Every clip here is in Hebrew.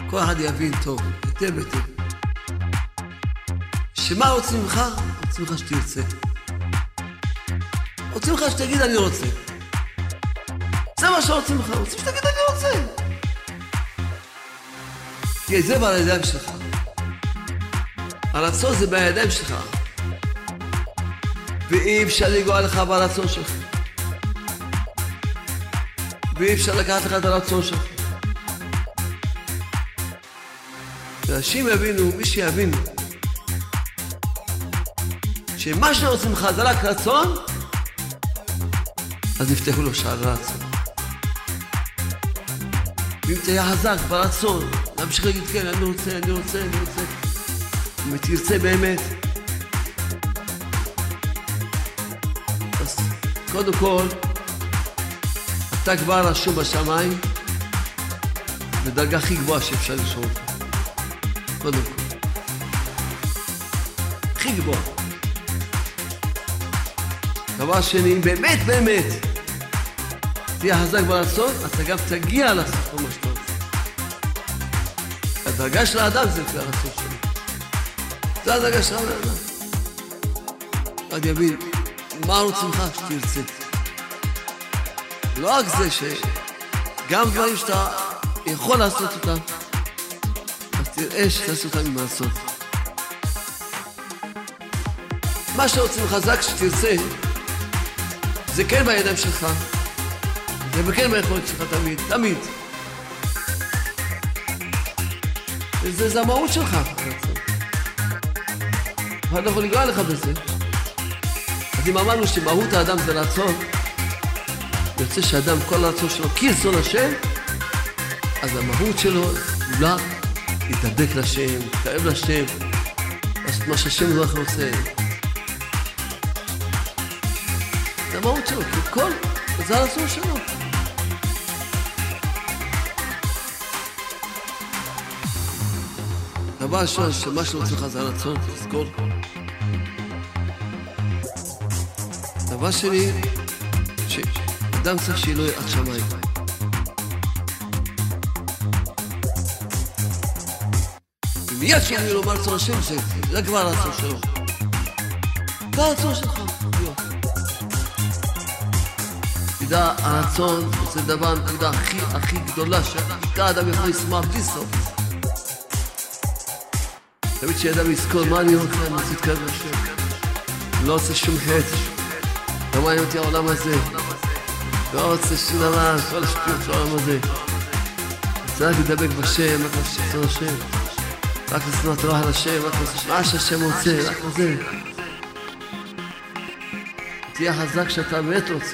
כל אחד יבין טוב, היטב היטב. שמה רוצים ממך? רוצים ממך שתרצה. רוצים ממך שתגיד אני רוצה. זה מה שרוצים ממך, רוצים שתגיד אני רוצה. כי זה בידיים שלך. הרצון זה בידיים שלך. ואי אפשר לגוע לך ברצון שלך. ואי אפשר לקחת לך את הרצון שלך. אנשים יבינו, מי שיבין, שמה שרוצים ממך זה רק רצון, אז יפתחו לו שער רצון. ואם תהיה חזק ברצון, להמשיך להגיד כן, אני רוצה. אם תרצה באמת, אז קודם כל, אתה כבר רשום בשמיים, בדרגה הכי גבוהה שאפשר לשאול אותה. קודם כל. הכי גבוהה. דבר שני, באמת, תהיה חזק ברצון, אתה גם תגיע לעשות כל מה שאתה רוצה. הדרגה של האדם זה לפי הרצון שלו. זה הדרגה של האדם. עד יבין, מה רוצים לך שתרצה? לא רק זה שגם דברים שאתה יכול לעשות אותם, אז תראה שתעשה אותם עם הרצון. מה שרוצים חזק שתרצה, זה כן בידיים שלך, זה כן ביכולת שלך תמיד. זה המהות שלך, הרצון. אחד יכול לגרוע לך בזה. אז אם אמרנו שמהות האדם זה רצון, יוצא שאדם כל הרצון שלו כרצון השם, אז המהות שלו כולה יתדבק לשם, יתקרב לשם, לעשות מה שהשם לא רוצה. זה המהות שלו, כי כל זה הרצון שלו. דבר ראשון, שמה שרוצה לך זה הרצון, תזכור. דבר שני, שאדם צריך שיהיה לו יראת שמיים. מיד שאומרים לו מה רצון השם, זה כבר הרצון שלו. זה הרצון שלך. תדע, הרצון זה דבר, נקודה הכי גדולה שאתה האדם יכול לשמח בלי סוף. תמיד שאדם יזכור מה אני רוצה, אני רוצה להתקרב לשם. לא רוצה שום חטא. לא מעניין אותי העולם הזה. לא רוצה שום דבר, כל השפיות של העולם הזה. רוצה רק לדבק בשם, רק לשתות השם. רק לשנוא תורה על השם, רק לעשות מה שהשם רוצה, רק לזה. תהיה חזק שאתה באמת רוצה.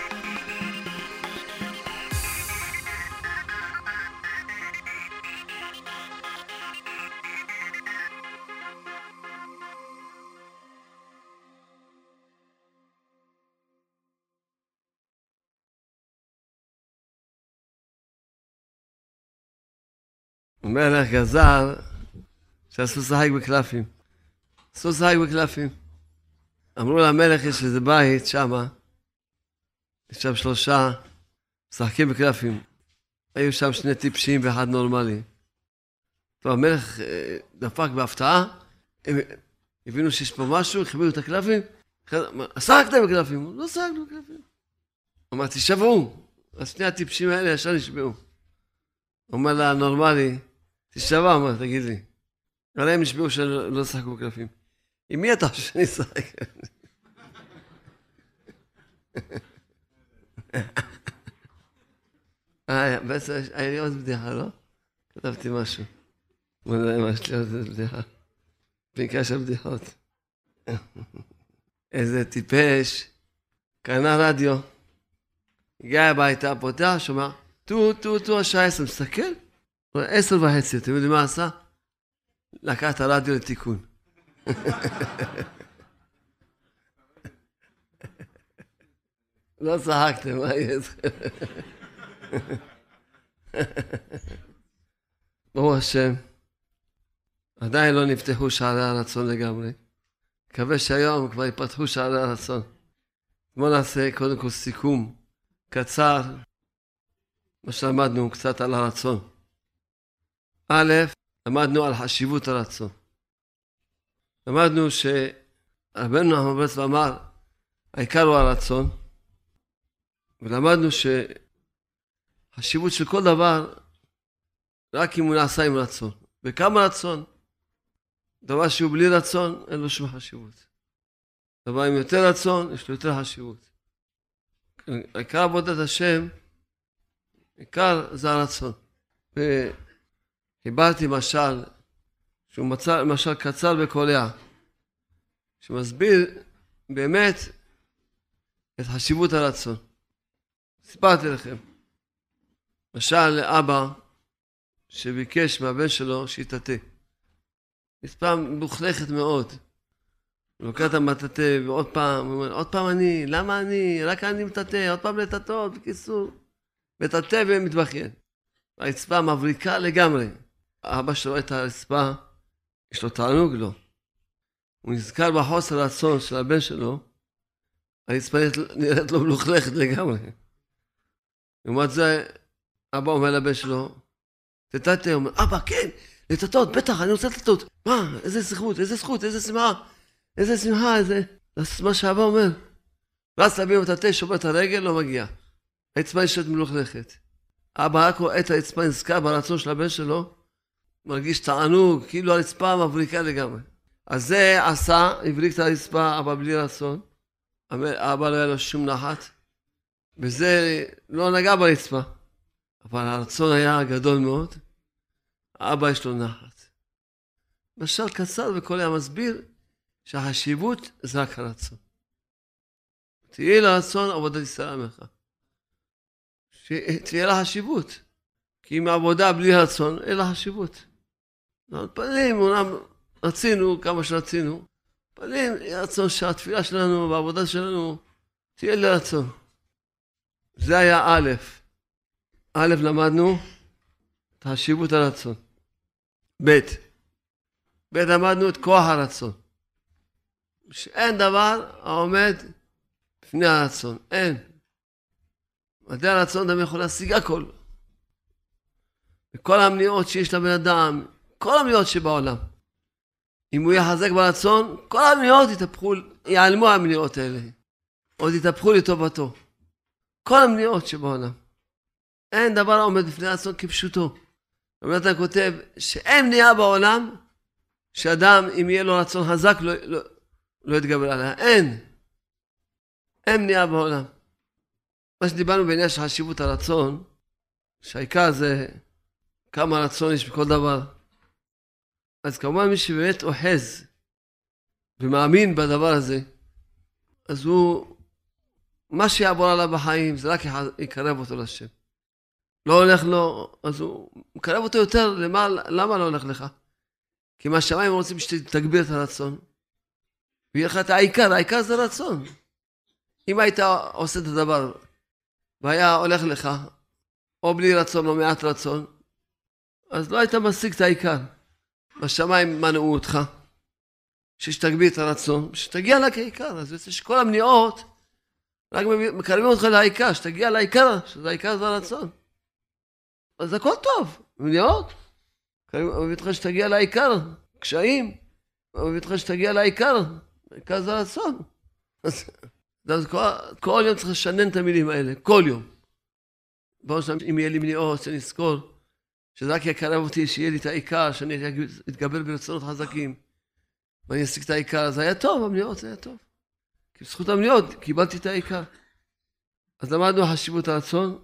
המלך גזר שעשו שחק בקלפים. עשו שחק בקלפים. אמרו למלך יש איזה בית שמה, יש שם 3 משחקים בקלפים. היו שם 2 טיפשים ואחד נורמלי. טוב, המלך דפק בהפתעה, הם הבינו שיש פה משהו, החביאו את הקלפים, שחקתם בקלפים? לא שחקנו בקלפים. אמרתי, שבעו. אז 2 הטיפשים האלה ישר נשבעו. אומר לה, נורמלי, תשבע, אומר, תגיד לי. אבל הם נשבעו שלא שחקו בקלפים. עם מי אתה שאני אשחק? בעצם היה לי עוד בדיחה, לא? כתבתי משהו. בוא נראה מה יש לי עוד בדיחה. פנקה של בדיחות. איזה טיפש, קנה רדיו. הגיע הביתה, פותח, שומע, טו, השעה 10, מסתכל? 10:30, אתם יודעים מה עשה? לקח את הרדיו לתיקון. לא צחקתם, מה יהיה אתכם? ברוך השם, עדיין לא נפתחו שערי הרצון לגמרי. מקווה שהיום כבר יפתחו שערי הרצון. בואו נעשה קודם כל סיכום קצר, מה שלמדנו קצת על הרצון. א', למדנו על חשיבות הרצון. למדנו שרבנו נחמן מברסלב אמר, העיקר הוא הרצון, ולמדנו שחשיבות של כל דבר, רק אם הוא נעשה עם רצון. וכמה רצון? דבר שהוא בלי רצון, אין לו שום חשיבות. דבר עם יותר רצון, יש לו יותר חשיבות. העיקר עבודת השם, העיקר זה הרצון. וחיברתי משל, שהוא משל קצר וקולע, שמסביר באמת את חשיבות הרצון. סיפרתי לכם. משל לאבא שביקש מהבן שלו שיטאטא. פעם מוכלכת מאוד. הוא לוקח את המטאטא ועוד פעם, הוא אומר, עוד פעם אני, למה אני? רק אני מטאטא, עוד פעם לטאטאות, בקיצור. מטאטא ומתבכיין. הרצפה מבריקה לגמרי. האבא שלו את הרצפה, יש לו תענוג לו. הוא נזכר בחוסר רצון של הבן שלו, הרצפה נראית לו מלוכלכת לגמרי. לעומת זה, אבא אומר לבן שלו, תטאטא, הוא אומר, אבא, כן, לטאטאות, בטח, אני רוצה לטאטאות. מה, איזה זכות, איזה זכות, איזה שמחה, איזה שמחה, איזה... זה מה שאבא אומר. רץ להביא מטאטא, שובר את הרגל, לא מגיע. הרצפה נשארת מלוכלכת. אבא רק רואה את הרצפה, נזכר ברצון של הבן שלו, מרגיש תענוג, כאילו הרצפה מבריקה לגמרי. אז זה עשה, הבריק את הרצפה, אבא בלי רצון. אבא לא היה לו שום נחת. וזה לא נגע ברצפה. אבל הרצון היה גדול מאוד. אבא יש לו נחת. משל קצר וקולע מסביר שהחשיבות זה רק הרצון. תהיה לרצון עבודת ישראל עמך. שתהיה לה חשיבות. כי אם העבודה בלי רצון, אין לה חשיבות. פנים, אומנם רצינו כמה שרצינו. פנים, רצון שהתפילה שלנו והעבודה שלנו תהיה לרצון. זה היה א'. א' למדנו את חשיבות הרצון. ב' למדנו את כוח הרצון. שאין דבר העומד בפני הרצון. אין. מדעי הרצון אדם יכול להשיג הכל. וכל המניעות שיש לבן אדם, כל המניעות שבעולם. אם הוא יחזק ברצון, כל המניעות יתהפכו, יעלמו המניעות האלה. עוד יתהפכו לטובתו. כל המניעות שבעולם. אין דבר עומד בפני הרצון כפשוטו. רבי כותב שאין מניעה בעולם שאדם אם יהיה לו רצון חזק לא יתגבר עליה. אין מניעה בעולם. מה שדיברנו בעניין של חשיבות הרצון, שהעיקר זה כמה רצון יש בכל דבר. אז כמובן מי שבאמת אוחז ומאמין בדבר הזה, אז הוא, מה שיעבור עליו בחיים זה רק יקרב אותו לשם. לא הולך לו, אז הוא מקרב אותו יותר, למה לא הולך לך? כי מהשמיים רוצים שתגביר את הרצון. ויהיה לך את העיקר זה רצון. אם היית עושה את הדבר, והיה הולך לך, או בלי רצון או מעט רצון, אז לא היית משיג את העיקר. בשמיים מנעו אותך, שתגביר את הרצון, שתגיע לה כעיקר. אז יוצא שכל המניעות, רק מקרבים אותך לעיקר, שתגיע לעיקר, שזה העיקר זה הרצון. אז הכל טוב, מניעות. מביא אותך שתגיע לעיקר, קשיים, מביא אותך שתגיע לעיקר, העיקר זה הרצון. אז כל יום צריך לשנן את המילים האלה, כל יום. בואו שם, אם יהיה לי מניעות, שנזכור, שזה רק יקרב אותי, שיהיה לי את העיקר, שאני אתגבר ברצונות חזקים, ואני אשיג את העיקר, אז היה טוב, המניעות, זה היה טוב. כי בזכות המניעות, קיבלתי את העיקר. אז למדנו חשיבות הרצון,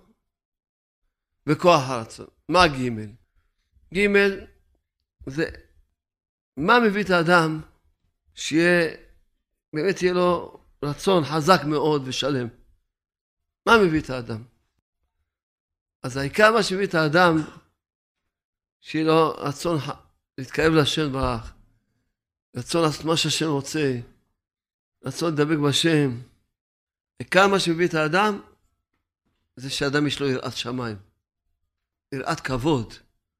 וכוח הרצון. מה ג'? ג' זה, מה מביא את האדם, שיהיה, באמת יהיה לו רצון חזק מאוד ושלם. מה מביא את האדם? אז העיקר מה שמביא את האדם, שיהיה לו רצון להתקרב להשם ברך, רצון לעשות מה שהשם רוצה, רצון לדבק בשם. העיקר מה שמביא את האדם, זה שהאדם יש לו יראת שמיים, יראת כבוד.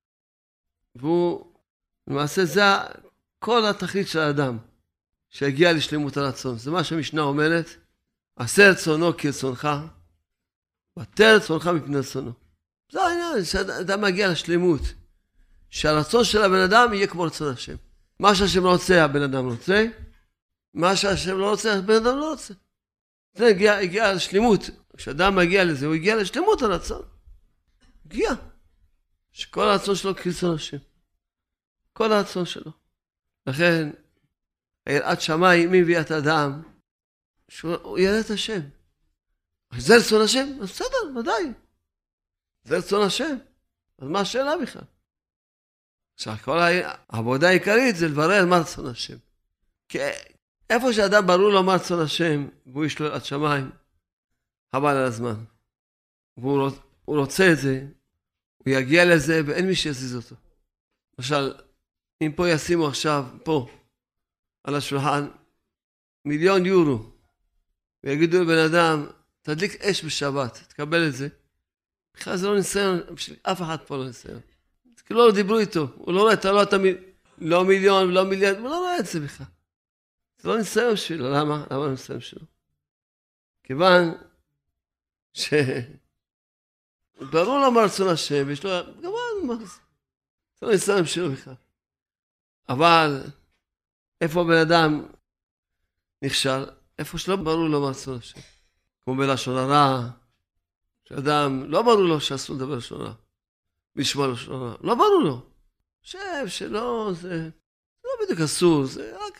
והוא, למעשה זה כל התכלית של האדם, שהגיע לשלמות הרצון. זה מה שהמשנה אומרת, עשה רצונו כרצונך, בטל רצונך מפני רצונו. זה העניין, שאדם מגיע לשלמות, שהרצון של הבן אדם יהיה כמו רצון השם. מה שהשם רוצה, הבן אדם רוצה. מה שהשם לא רוצה, הבן אדם לא רוצה. זה הגיע לשלימות. כשאדם מגיע לזה, הוא הגיע לשלימות הרצון. הגיע. שכל הרצון שלו כרצון השם. כל הרצון שלו. לכן, היראת שמיים, מי מביא את האדם? שהוא יראה את השם. זה רצון השם? אז בסדר, ודאי. זה רצון השם. אז מה השאלה בכלל? עכשיו, כל העבודה העיקרית זה לברר מה רצון השם. כי איפה שאדם ברור לו מה רצון השם, והוא יש לו יראת שמיים, חבל על הזמן. והוא רוצה את זה, הוא יגיע לזה ואין מי שיזיז אותו. למשל, אם פה ישימו עכשיו, פה, על השולחן, 1,000,000 יורו, ויגידו לבן אדם, תדליק אש בשבת, תקבל את זה. בכלל זה לא ניסיון, אף אחד פה לא ניסיון. כי לא דיברו איתו, הוא לא רואה, אתה לא תמיד, לא 1,000,000 ולא 1,000,000, הוא לא רואה את זה בכלל. זה לא ניסיון שלו, למה? למה הניסיון שלו? כיוון ברור לו מה רצון השם, ויש לו, גמרנו מה זה. זה לא ניסיון שלו בכלל. אבל, איפה בן אדם נכשל? איפה שלא ברור לו מה רצון השם. כמו בלשון הרע, שאדם לא ברור לו שאסור לדבר לשון הרע. לשמוע לשון הרע. לא ברור לו. חושב שלא, זה לא בדיוק אסור, זה רק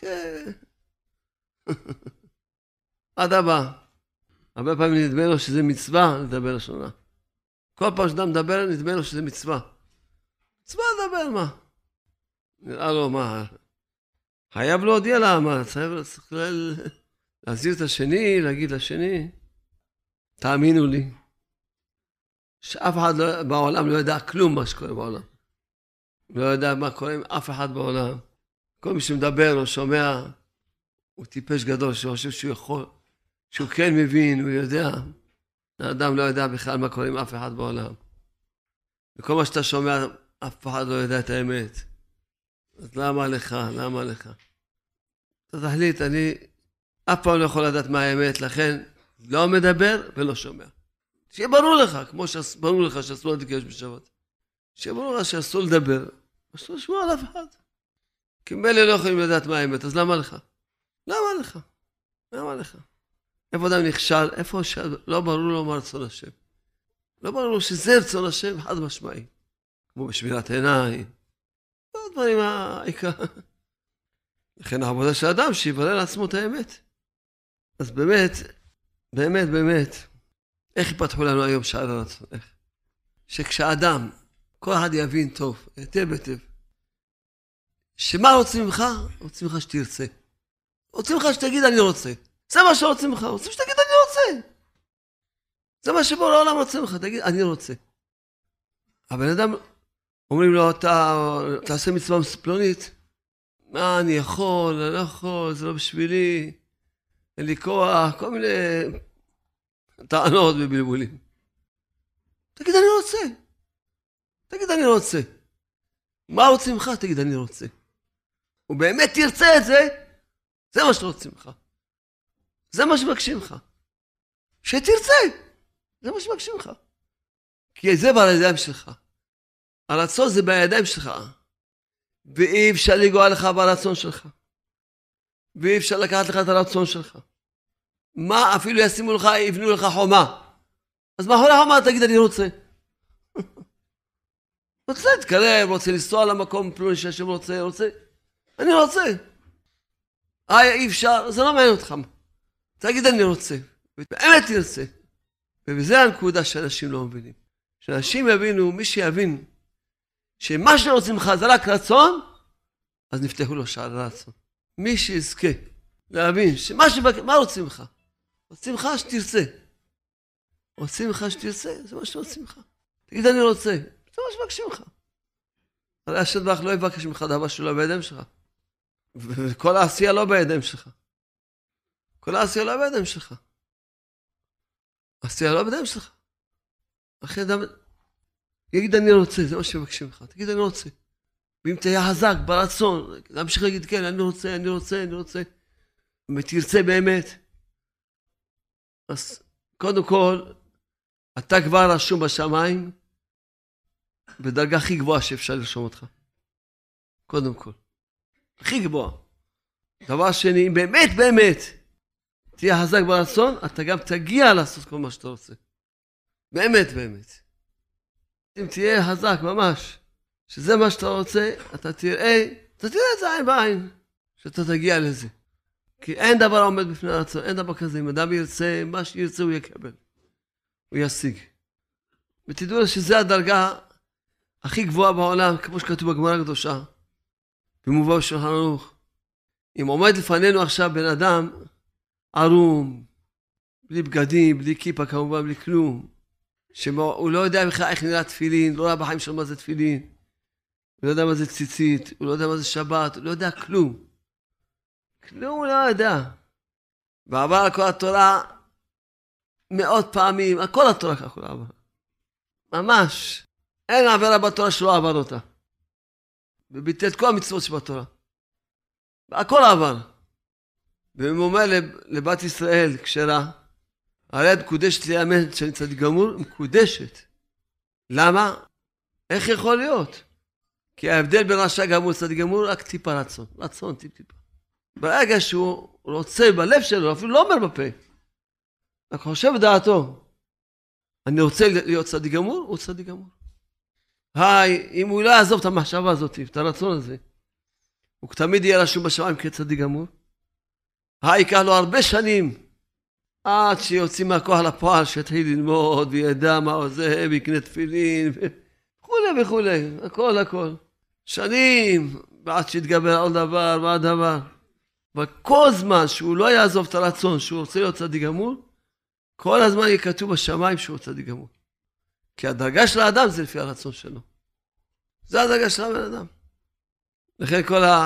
עד הבא. הרבה פעמים נדמה לו שזה מצווה לדבר לשון הרע. כל פעם שאדם מדבר, נדמה לו שזה מצווה. מצווה לדבר מה? נראה לו מה? חייב להודיע למה, צריך להזהיר את השני, להגיד לשני. תאמינו לי, שאף אחד בעולם לא יודע כלום מה שקורה בעולם. לא יודע מה קורה עם אף אחד בעולם. כל מי שמדבר או שומע, הוא טיפש גדול, שהוא חושב שהוא יכול, שהוא כן מבין, הוא יודע. האדם לא יודע בכלל מה קורה עם אף אחד בעולם. וכל מה שאתה שומע, אף אחד לא יודע את האמת. אז למה לך? למה לך? אתה תחליט, אני אף פעם לא יכול לדעת מה האמת, לכן לא מדבר ולא שומע. שיהיה ברור לך, כמו שברור לך שאסור להדליק אש בשבת. שיהיה ברור לך שאסור לדבר, אסור לשמוע על אף אחד. כי מילא לא יכולים לדעת מה האמת, אז למה לך? למה לך? למה לך? איפה אדם נכשל? איפה שלא ברור לו מה רצון השם? לא ברור לו שזה רצון השם חד משמעי. כמו בשמירת עיניים. לא דברים העיקר. לכן העבודה של האדם שיברר לעצמו את האמת. אז באמת, באמת, באמת, איך יפתחו לנו היום שער הרצון? איך? שכשאדם, כל אחד יבין טוב, היטב היטב, שמה רוצים ממך? רוצים ממך שתרצה. רוצים ממך שתגיד אני רוצה. זה מה שרוצים ממך, רוצים שתגיד אני רוצה. זה מה שבו לעולם רוצים ממך, תגיד אני רוצה. הבן אדם, אומרים לו, תעשה מצווה פלונית. מה אני יכול, אני לא יכול, זה לא בשבילי, אין לי כוח, כל מיני טענות ובלבולים. תגיד אני רוצה. תגיד אני רוצה. מה רוצים ממך? תגיד אני רוצה. ובאמת תרצה את זה, זה מה שרוצים ממך. זה מה שמבקשים ממך. שתרצה, זה מה שמבקשים ממך. כי זה בידיים שלך. הרצון זה בידיים שלך. ואי אפשר לגוע לך ברצון שלך. ואי אפשר לקחת לך את הרצון שלך. מה אפילו ישימו לך, יבנו לך חומה. אז מאחורי החומה תגיד אני רוצה. רוצה להתקרב, רוצה לנסוע למקום פלוני שהשם רוצה. אני רוצה. אי אפשר, זה לא מעניין אותך. תגיד אני רוצה. באמת תרצה. ובזה הנקודה שאנשים לא מבינים. שאנשים יבינו, מי שיבין, שמה שרוצים לך זה רק רצון, אז נפתחו לו שער הרצון. מי שיזכה להבין מה רוצים לך? רוצים לך שתרצה. רוצים לך שתרצה, זה מה שרוצים לך. תגיד אני רוצה, זה מה שמבקשים לך. הרי השם יתברך לא יבקש ממך דבר שלא בידיים שלך. וכל העשייה לא בידיים שלך. כל העשייה לא בידיים שלך. העשייה לא בידיים שלך. אחי אדם יגיד אני רוצה, זה מה שמבקשים לך. תגיד אני רוצה. ואם תהיה חזק ברצון, להמשיך להגיד כן, אני רוצה. ותרצה באמת. אז קודם כל, אתה כבר רשום בשמיים, בדרגה הכי גבוהה שאפשר לרשום אותך. קודם כל. הכי גבוה. דבר שני, אם באמת, באמת, תהיה חזק ברצון, אתה גם תגיע לעשות כל מה שאתה רוצה. באמת, באמת. אם תהיה חזק ממש, שזה מה שאתה רוצה, אתה תראה את זה עין בעין, שאתה תגיע לזה. כי אין דבר עומד בפני הרצון, אין דבר כזה. אם אדם ירצה, מה שירצה הוא יקבל. הוא ישיג. ותדעו שזו הדרגה הכי גבוהה בעולם, כמו שכתוב בגמרא הקדושה, במובא בשולחן ערוך. אם עומד לפנינו עכשיו בן אדם ערום, בלי בגדים, בלי כיפה כמובן, בלי כלום, שהוא לא יודע בכלל איך נראה תפילין, לא ראה בחיים שלו מה זה תפילין, הוא לא יודע מה זה ציצית, הוא לא יודע מה זה שבת, הוא לא יודע כלום. כלום הוא לא יודע. ועבר על כל התורה מאות פעמים, על כל התורה ככה הוא עבר. ממש. אין עבירה בתורה שלא עבר אותה. וביטל את כל המצוות שבתורה. והכל עבר. ואם הוא אומר לבת ישראל כשרה, הרי מקודשת ליאמן שאני צדיק גמור, מקודשת. למה? איך יכול להיות? כי ההבדל בין רשע גמור לצדיק גמור רק טיפה רצון. רצון, טיפה. ברגע שהוא רוצה בלב שלו, אפילו לא אומר בפה. רק חושב בדעתו. אני רוצה להיות צדיק גמור, הוא צדיק גמור. אם הוא לא יעזוב את המחשבה הזאת, את הרצון הזה, הוא תמיד יהיה רשום בשמיים כצדיק גמור. ייקח לו הרבה שנים, עד שיוצאים מהכוח לפועל, שיתחיל ללמוד, וידע מה עושה, ויקנה תפילין, וכולי וכולי, הכל. שנים, ועד שיתגבר על דבר, ועד דבר. וכל זמן שהוא לא יעזוב את הרצון, שהוא רוצה להיות צדיק גמור, כל הזמן יהיה כתוב בשמיים שהוא צדיק גמור. כי הדרגה של האדם זה לפי הרצון שלו. זה הדרגה של הבן אדם. לכן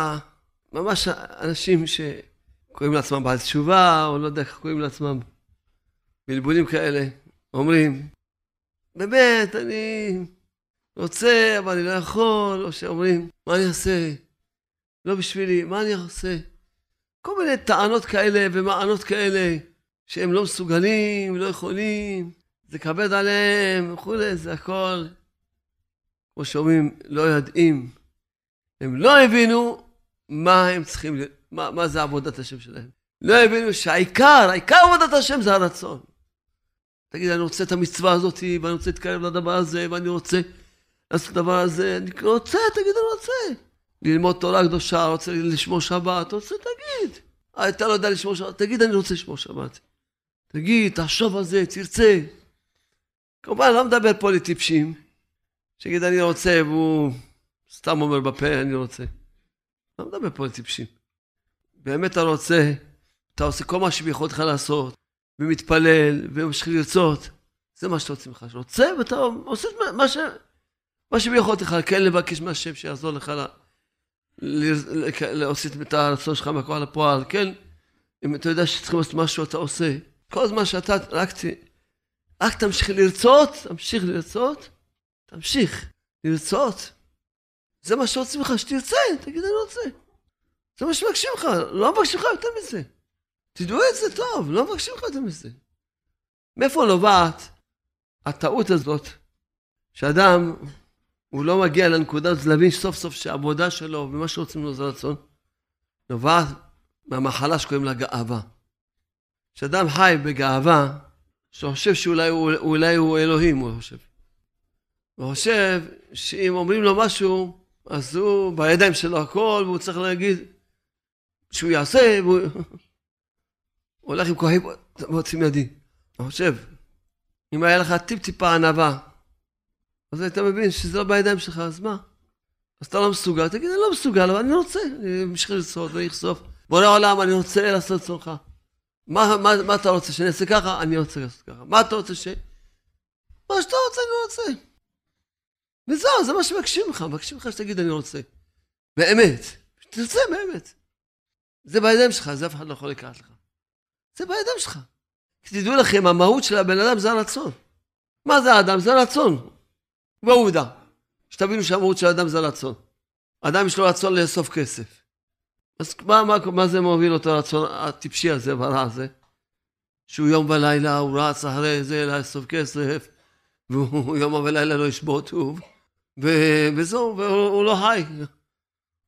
ממש אנשים שקוראים לעצמם בעל תשובה, או לא יודע איך קוראים לעצמם בלבולים כאלה, אומרים, באמת, אני רוצה, אבל אני לא יכול, או שאומרים, מה אני אעשה? לא בשבילי, מה אני אעשה? כל מיני טענות כאלה ומענות כאלה, שהם לא מסוגלים, לא יכולים, זה כבד עליהם, וכולי, זה הכל. כמו שאומרים, לא יודעים. הם לא הבינו מה הם צריכים, מה זה עבודת השם שלהם. לא הבינו שהעיקר עבודת השם זה הרצון. תגיד, אני רוצה את המצווה הזאת, ואני רוצה להתקרב לדבר הזה, ואני רוצה לעשות את הדבר הזה. אני רוצה, תגיד, אני רוצה. ללמוד תורה קדושה, רוצה לשמור שבת, רוצה, תגיד. אתה לא יודע לשמור שבת, תגיד, אני רוצה לשמור שבת. תגיד, תחשוב על זה, תרצה. כמובן, לא מדבר פה לטיפשים, שיגיד, אני רוצה, והוא סתם אומר בפה, אני רוצה. לא מדבר פה לטיפשים. באמת אתה רוצה, אתה עושה כל מה שביכולתך לעשות, ומתפלל, וממשיך לרצות. זה מה שאתה רוצה ממך, שרוצה, ואתה עושה מה שביכולתך, כן לבקש מהשם שיעזור לך לעשות את הרצון שלך מהכוח לפועל, כן? אם אתה יודע שצריכים לעשות משהו, אתה עושה. כל זמן שאתה רק תמשיך לרצות. זה מה שרוצים לך, שתרצה, תגיד אני רוצה. זה מה שמבקשים לך, לא מבקשים לך יותר מזה. תדעו את זה טוב, לא מבקשים לך יותר מזה. מאיפה נובעת הטעות הזאת, שאדם הוא לא מגיע לנקודה הזאת, להבין סוף סוף שהעבודה שלו ומה שרוצים לו זה רצון, נובעת מהמחלה שקוראים לה גאווה. שאדם חי בגאווה, שחושב שאולי הוא אלוהים, הוא חושב. הוא חושב שאם אומרים לו משהו, אז הוא בידיים שלו הכל, והוא צריך להגיד שהוא יעשה, והוא הולך עם כוחי ועוצים ידי. הוא חושב, אם היה לך טיפה ענווה, אז אתה מבין שזה לא בידיים שלך, אז מה? אז אתה לא מסוגל, תגיד, אני לא מסוגל, אבל אני רוצה, אני אמשיך לרצות ויחשוף. בורא עולם, אני רוצה לעשות צורך. מה אתה רוצה, שאני אעשה ככה? אני רוצה לעשות ככה. מה אתה רוצה מה שאתה רוצה, אני רוצה. וזהו, זה מה שמבקשים לך שתגיד אני רוצה. באמת. תרצה באמת. זה בידיים שלך, זה אף אחד לא יכול לקחת לך. זה בידיים שלך. כי תדעו לכם, המהות של הבן אדם זה הרצון. מה זה האדם? זה הרצון. בעובדה. שתבינו שהמהות של האדם זה הרצון. האדם יש לו רצון לאסוף כסף. אז מה זה מוביל אותו הרצון הטיפשי הזה והרע הזה? שהוא יום ולילה, הוא רץ אחרי זה לאסוף כסף, והוא יום ולילה לא ישבות טוב, וזהו, והוא לא חי.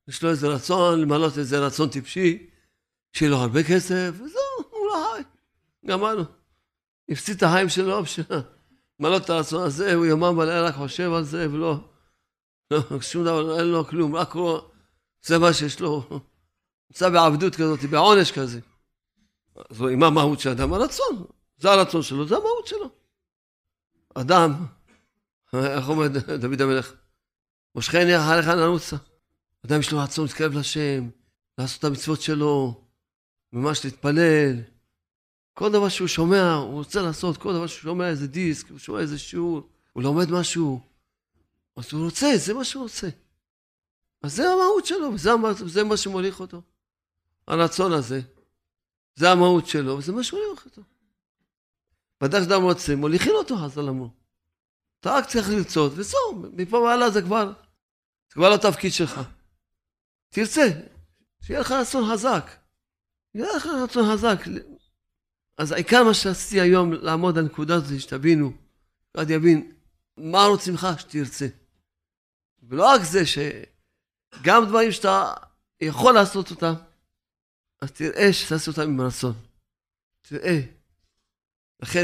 יש לו איזה רצון, למלות איזה רצון טיפשי, שיהיה לו הרבה כסף, וזהו, הוא לא חי. גמרנו. הפסיד את החיים שלו, למלות את הרצון הזה, הוא יומם ולילה רק חושב על זה, ולא, שום דבר, אין לו כלום, רק הוא, זה מה שיש לו. נמצא בעבדות כזאת, בעונש כזה. אז מה המהות של אדם? הרצון. זה הרצון שלו, זה המהות שלו. אדם, איך אומר דוד המלך? מושכני אחריך נרוצה. אדם יש לו רצון להתקרב לשם, לעשות את המצוות שלו, ממש להתפלל. כל דבר שהוא שומע, הוא רוצה לעשות, כל דבר שהוא שומע איזה דיסק, הוא שומע איזה שיעור, הוא לומד משהו. אז הוא רוצה, זה מה שהוא רוצה. אז זה המהות שלו, וזה מה שמוליך אותו. הרצון הזה, זה המהות שלו, וזה מה שמוליך אותו. בדרך שאדם רוצה, מוליכים אותו, חז"ל אמרו. אתה רק צריך לרצות, וזהו, מפה ועלה זה כבר לא תפקיד שלך. תרצה, שיהיה לך רצון חזק. יהיה לך רצון חזק. אז העיקר מה שעשיתי היום, לעמוד על הנקודה הזאת, שתבינו, עד יבין, מה רוצים לך שתרצה. ולא רק זה, שגם דברים שאתה יכול לעשות אותם, אז תראה שתעשה אותם עם רצון. תראה. לכן,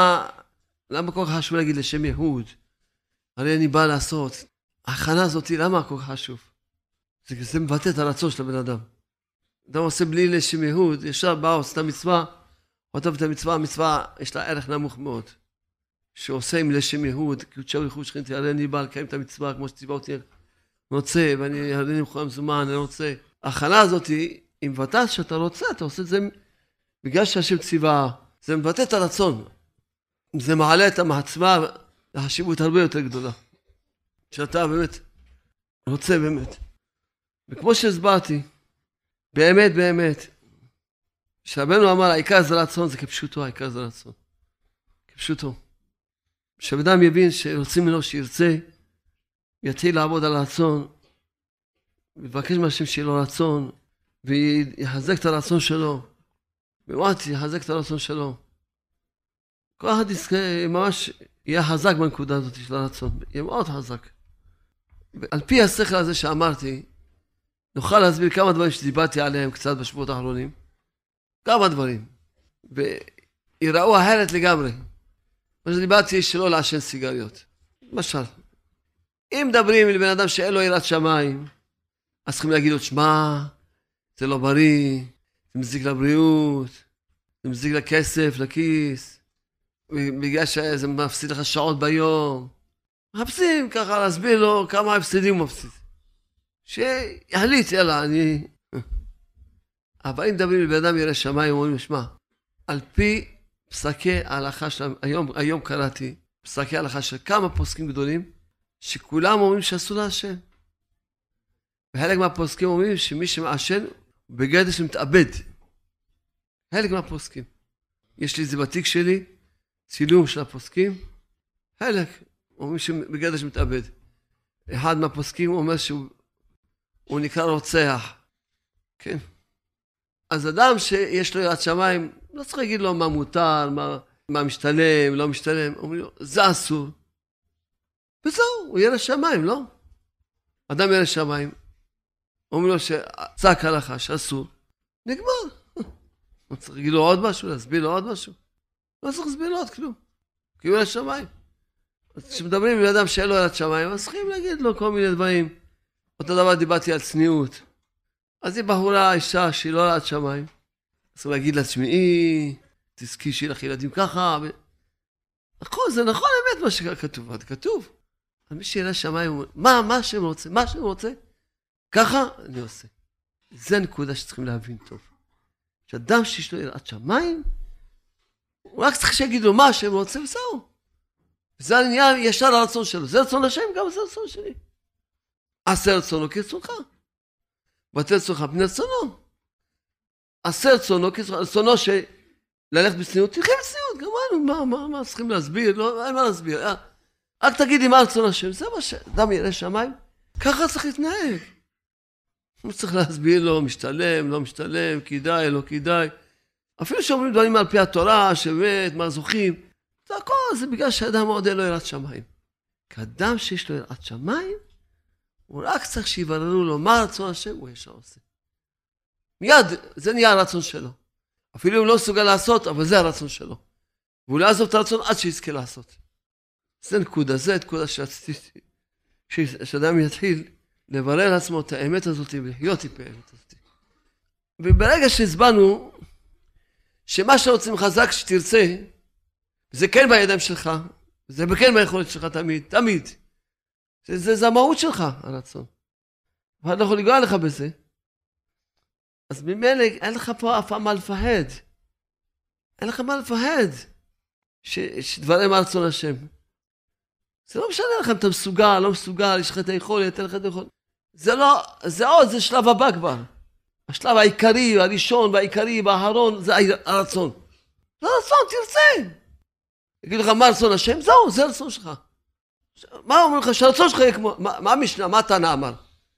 למה כל כך חשוב להגיד לשם יהוד? הרי אני בא לעשות. ההכנה הזאת, למה כל כך חשוב? זה מבטא את הרצון של הבן אדם. אדם עושה בלי לשם יהוד, ישר בא, עושה את המצווה, עוטף את המצווה, המצווה יש לה ערך נמוך מאוד. שעושה עם לשם יהוד, כי הוא תשאר ייחוד שכינתי, הרי אני בא לקיים את המצווה, כמו שציווה אותי, אני רוצה, הרי אני מוכן מזומן, אני רוצה. ההכנה הזאת, היא מבטא שאתה רוצה, אתה עושה את זה בגלל שהשם ציווה, זה מבטא את הרצון. זה מעלה את המעצמה לחשיבות הרבה יותר גדולה. שאתה באמת רוצה באמת. וכמו שהסברתי, באמת, שרבנו אמר, העיקר זה רצון, זה כפשוטו, העיקר זה רצון. כפשוטו. כשאדם יבין שרוצים ממנו שירצה, יתחיל לעבוד על הרצון, ויבקש מהשם שיהיה לו רצון, ויחזק את הרצון שלו, ומעט יחזק את הרצון שלו. כל אחד ממש יהיה חזק בנקודה הזאת של הרצון, יהיה מאוד חזק. ועל פי השכל הזה שאמרתי, נוכל להסביר כמה דברים שדיברתי עליהם קצת בשבועות האחרונים. כמה דברים. ויראו אחרת לגמרי. מה שדיברתי שלא לעשן סיגריות. למשל, אם מדברים לבן אדם שאין לו יראת שמיים, אז צריכים להגיד לו, שמע, זה לא בריא, זה מזיק לבריאות, זה מזיק לכסף, לכיס, בגלל שזה מפסיד לך שעות ביום. מחפשים ככה להסביר לו כמה הפסדים הוא מפסיד. שיחליט, יאללה, אני... אבל אם מדברים לבן אדם ירא שמיים, אומרים לו, שמע, על פי פסקי ההלכה שלהם, היום קראתי, פסקי ההלכה של כמה פוסקים גדולים, שכולם אומרים שאסור לעשן. וחלק מהפוסקים אומרים שמי שמעשן, הוא בגדר שמתאבד. חלק מהפוסקים. יש לי את זה בתיק שלי, צילום של הפוסקים. חלק אומרים שבגדר שמתאבד. אחד מהפוסקים אומר שהוא נקרא רוצח. כן. אז אדם שיש לו יראת שמיים, לא צריך להגיד לו מה מותר, מה משתלם, לא משתלם. אומרים לו, זה אסור. וזהו, הוא ירא שמיים, לא? אדם ירא שמיים. אומרים לו שצק הלכה, שאסור. נגמר. צריך להגיד לו עוד משהו, להסביר לו עוד משהו. לא צריך להסביר לו עוד כלום. כי הוא ירא שמיים. אז כשמדברים עם אדם שאין לו יראת שמיים, אז צריכים להגיד לו כל מיני דברים. אותו דבר דיברתי על צניעות. אז היא בחורה, אישה שהיא לא יראת שמיים. צריך להגיד לה, תשמעי, תזכי שיהיה לך ילדים ככה. נכון, זה נכון אמת מה שכתוב. זה כתוב. אז מי שירא שמיים, הוא אומר, מה שהם רוצה? מה שהם רוצה? ככה אני עושה. זה הנקודה שצריכים להבין טוב. שאדם שיש לו יראת שמיים, הוא רק צריך שיגיד לו מה שהם רוצה וזהו. זה העניין ישר הרצון שלו. זה רצון השם, גם זה רצון שלי. עשה רצונו כרצונך. בטל רצונך פני רצונו. עשה רצונו כרצונו שללכת בצניעות, תלכי בצניעות. גמרנו, מה צריכים להסביר? לא, אין מה להסביר. רק תגידי מה רצון השם. זה מה שאדם ירא שמיים. ככה צריך להתנהג. הוא צריך להסביר לו, משתלם, לא משתלם, כדאי, לא כדאי. אפילו שאומרים דברים על פי התורה, שבאמת, מה זוכים. זה הכל, זה בגלל שאדם עוד אין לו יראת שמיים. כי אדם שיש לו יראת שמיים, הוא רק צריך שיבררו לו מה רצון השם, הוא ישר עושה. מיד, זה נהיה הרצון שלו. אפילו אם לא מסוגל לעשות, אבל זה הרצון שלו. והוא לא יעזוב את הרצון עד שיזכה לעשות. זה נקודה שרציתי, שאדם יתחיל לברר לעצמו את האמת הזאת ולחיות עם האמת הזאת. וברגע שהסברנו שמה שרוצים חזק שתרצה, זה כן בידיים שלך, זה כן ביכולת שלך תמיד. זה המהות שלך, הרצון. ואתה לא יכול לגוע לך בזה. אז ממילא אין לך פה אף פעם מה לפחד. אין לך מה לפחד שדברים הרצון השם. זה לא משנה לך אם אתה מסוגל, לא מסוגל, יש לך את היכולת, אין לך את היכולת. זה שלב הבא כבר. השלב העיקרי, הראשון והעיקרי והאחרון, זה הרצון. זה הרצון, תרצה. יגיד לך מה רצון השם? זהו, זה הרצון שלך. מה אומר לך? שהרצון שלך יהיה כמו... מה המשנה? מה התנא אמר?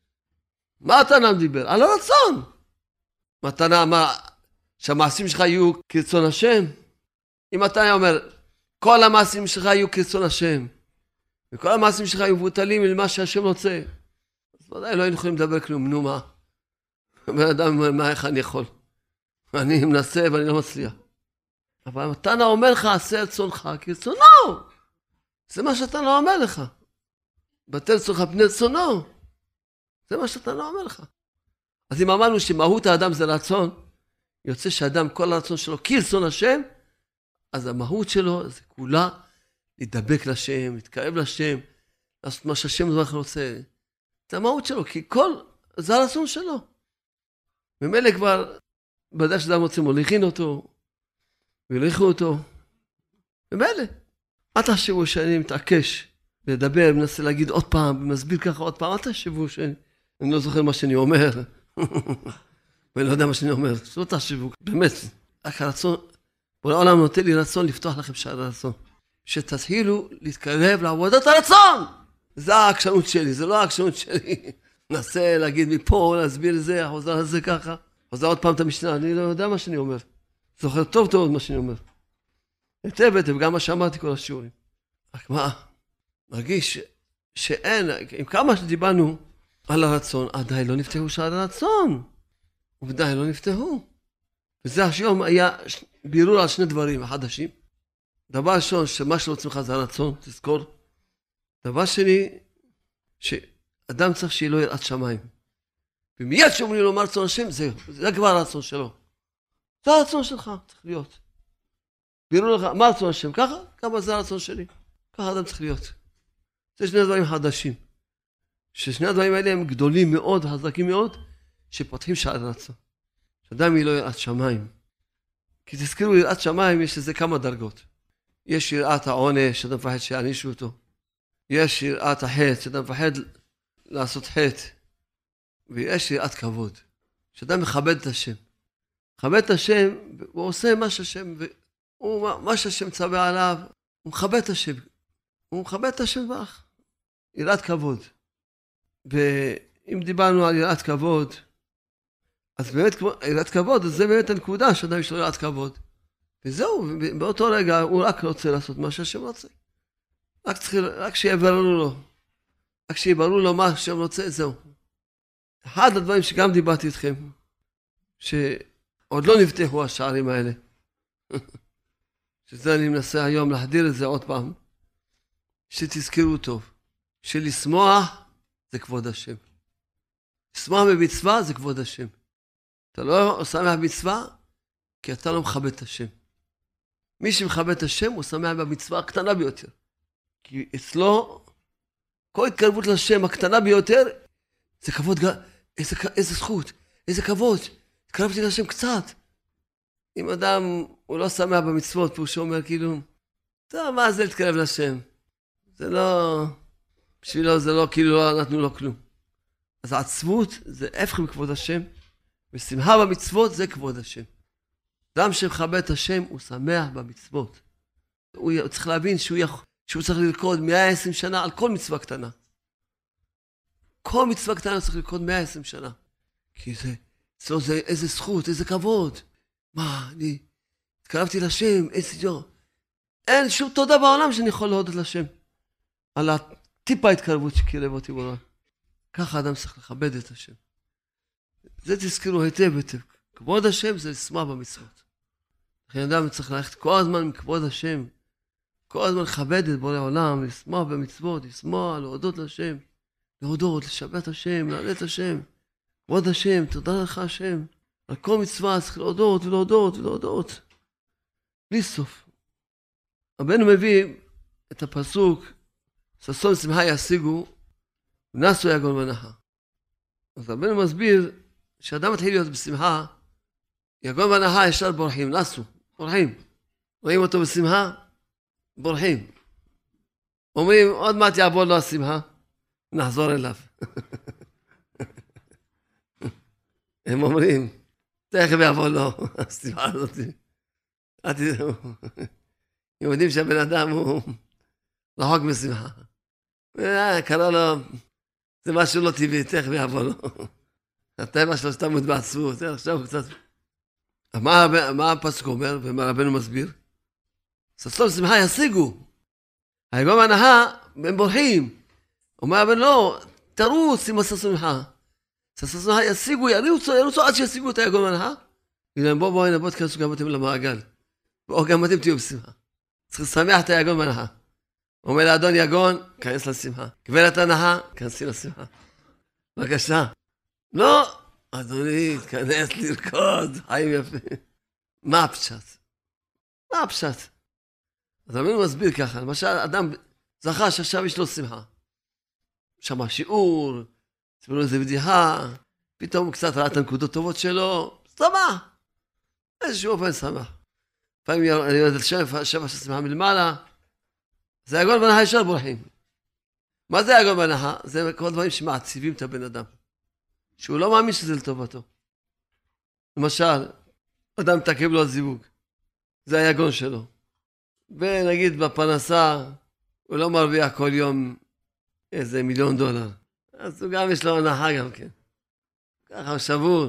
מה התנא דיבר? על הרצון. מה התנא אמר? שהמעשים שלך יהיו כרצון השם? אם אתה אומר, כל המעשים שלך יהיו כרצון השם, וכל המעשים שלך יהיו מבוטלים למה שהשם רוצה, אז ודאי לא היינו יכולים לדבר כלום. נו מה? בן אדם, איך אני יכול? אני מנסה ואני לא מצליח. אבל התנא אומר לך, עשה רצונך כרצונו. זה מה שהתנא אומר לך. בטל רצונך פני רצונו. זה מה שהתנא אומר לך. אז אם אמרנו שמהות האדם זה רצון, יוצא שאדם כל הרצון שלו כרצון השם, אז המהות שלו זה כולה להידבק לשם, להתקרב לשם, לעשות מה שהשם רוצה. זה המהות שלו, כי זה הרצון שלו. ממילא כבר, בדרך שאדם רוצים, הוליכין אותו, והוליכו אותו. ממילא. אל תחשבו שאני מתעקש לדבר, מנסה להגיד עוד פעם, ומסביר ככה עוד פעם, אל תחשבו שאני לא זוכר מה שאני אומר, ואני לא יודע מה שאני אומר. לא תחשבו, באמת, רק הרצון, בעולם נותן לי רצון לפתוח לכם שער הרצון. שתתחילו להתקרב לעבודת הרצון! זה העקשנות שלי, זה לא העקשנות שלי. נסה להגיד מפה, להסביר את זה, חוזר על זה ככה, חוזר עוד פעם את המשנה, אני לא יודע מה שאני אומר. זוכר טוב טוב מה שאני אומר. היטב, וגם מה שאמרתי כל השיעורים. רק מה? מרגיש שאין, עם כמה שדיברנו על הרצון, עדיין לא נפתחו שער הרצון. עדיין לא נפתחו. וזה היום היה בירור על שני דברים חדשים. דבר ראשון, שמה שרוצים לך זה הרצון, תזכור. דבר שני, שאדם צריך שיהיה לו יראת שמיים. ומיד שאומרים לו מה רצון השם, זה כבר הרצון שלו. זה הרצון שלך, צריך להיות. בירור לך, מה רצון השם? ככה? כמה זה הרצון שלי? ככה אדם צריך להיות. זה שני דברים חדשים. ששני הדברים האלה הם גדולים מאוד, חזקים מאוד, שפותחים שער הרצון. שאדם יהיה לו יראת שמיים. כי תזכרו, יראת שמיים יש לזה כמה דרגות. יש יראת העונש, שאדם מפחד שיענישו אותו. יש יראת החטא, שאדם מפחד לעשות חטא. ויש יראת כבוד. שאדם מכבד את השם. מכבד את השם, הוא עושה מה שהשם, מה שהשם צווה עליו, הוא מכבד את השם. הוא מכבד את השם בך. יראת כבוד. ואם דיברנו על יראת כבוד, אז באמת יראת כבוד, אז זה באמת הנקודה שאדם יש לו יראת כבוד. וזהו, באותו רגע הוא רק רוצה לעשות מה שהשם רוצה. רק שיבררו לו. רק שיבררו לו מה שהשם רוצה, זהו. אחד הדברים שגם דיברתי איתכם, שעוד לא נפתחו השערים האלה. שזה אני מנסה היום להחדיר את זה עוד פעם. שתזכרו טוב. שלשמוח זה כבוד השם. לשמוח במצווה זה כבוד השם. אתה לא שמח במצווה, כי אתה לא מכבד את השם. מי שמכבד את השם, הוא שמח במצווה הקטנה ביותר. כי אצלו, כל התקרבות לשם הקטנה ביותר, זה כבוד, איזה זכות, איזה כבוד. התקרבתי לשם קצת. אם אדם, הוא לא שמח במצוות, הוא שאומר כאילו, טוב, מה זה להתקרב לשם? זה לא, בשבילו זה לא, כאילו לא נתנו לו כלום. אז העצבות זה הפך מכבוד השם, ושמחה במצוות זה כבוד השם. אדם שמכבד את השם, הוא שמח במצוות. הוא צריך להבין שהוא צריך לרקוד 120 שנה על כל מצווה קטנה. כל מצווה קטנה צריך לרקוד 120 שנה. כי זה איזה זכות, איזה כבוד. מה, אני התקרבתי לשם, איזה ג'ו. אין שום תודה בעולם שאני יכול להודות לשם. על הטיפה התקרבות שקירב אותי בעולם. ככה האדם צריך לכבד את השם. זה תזכרו היטב היטב. כבוד השם זה לשמוח במצוות. לכן אדם צריך ללכת כל הזמן מכבוד השם, כל הזמן לכבד את בורא העולם, לשמוח במצוות, לשמוח, להודות לשם, להודות, לשבת השם, להעלות את השם. כבוד השם, תודה לך השם. על כל מצווה צריך להודות ולהודות ולהודות. בלי סוף. רבנו מביא את הפסוק, ששון ושמחה ישיגו, ונסו יגון ונחר. אז רבנו מסביר, כשאדם מתחיל להיות בשמחה, יגון ונחר ישר בורחים, נסו, בורחים. רואים אותו בשמחה, בורחים. אומרים, עוד מעט יעבור לו השמחה, נחזור אליו. הם אומרים, תכף יעבור לו השמחה הזאת. הם יודעים שהבן אדם הוא רחוק משמחה. קרא לו, זה משהו לא טבעי, תכף יעבור לו. הטבע שלו סתם התבעצות, עכשיו הוא קצת... מה הפסוק אומר ומה רבנו מסביר? ששון ושמחה ישיגו. היגון והנחה, הם בורחים. אומר הבן לא, תרוץ עם הששון ושמחה. ששון ושמחה ישיגו, ירוצו עד שישיגו את היגון והנחה. יגידו להם בואו תכנסו גם אתם למעגל. או גם אתם תהיו בשמחה. צריך לשמח את היגון והנחה. אומר לאדון יגון, כנס לשמחה. גברת הנחה, כנסי לשמחה. בבקשה. לא, אדוני, תכנס לרקוד, חיים יפה. מה הפשט? מה הפשט? אז רבנו מסביר ככה, למשל, אדם זכה שעכשיו יש לו שמחה. שמע שיעור, סיפרו לו איזה בדיחה, פתאום הוא קצת ראה את הנקודות טובות שלו, שמח. איזשהו אופן שמח. לפעמים אני יודע על שבע של שמחה מלמעלה, זה היגון והנחה ישר בורחים. מה זה היגון והנחה? זה כל דברים שמעציבים את הבן אדם. שהוא לא מאמין שזה לטובתו. למשל, אדם מתעכב לו על זיווג. זה היגון שלו. ונגיד בפרנסה, הוא לא מרוויח כל יום איזה $1,000,000. אז הוא גם יש לו הנחה גם כן. ככה הוא שבור.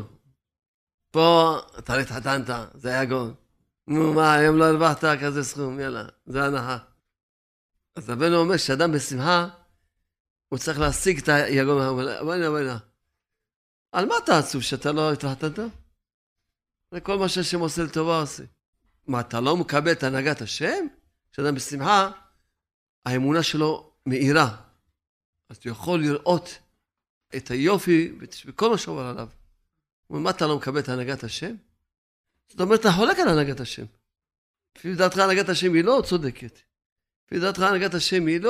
פה אתה התחתנת, זה היגון. נו מה, היום לא הרווחת כזה סכום, יאללה, זה הנחה. אז רבנו אומר שאדם בשמחה, הוא צריך להשיג את היגון. אבל על מה אתה עצוב שאתה לא התחתנת? זה כל מה שהשם עושה לטובה עושה. מה, אתה לא מקבל את הנהגת השם? כשאדם בשמחה, האמונה שלו מאירה. אז אתה יכול לראות את היופי וכל מה שעובר עליו. מה, אתה לא מקבל את הנהגת השם? זאת אומרת, אתה חולק על הנהגת השם. לפי דעתך הנהגת השם היא לא צודקת. לפי דעתך הנהגת השם היא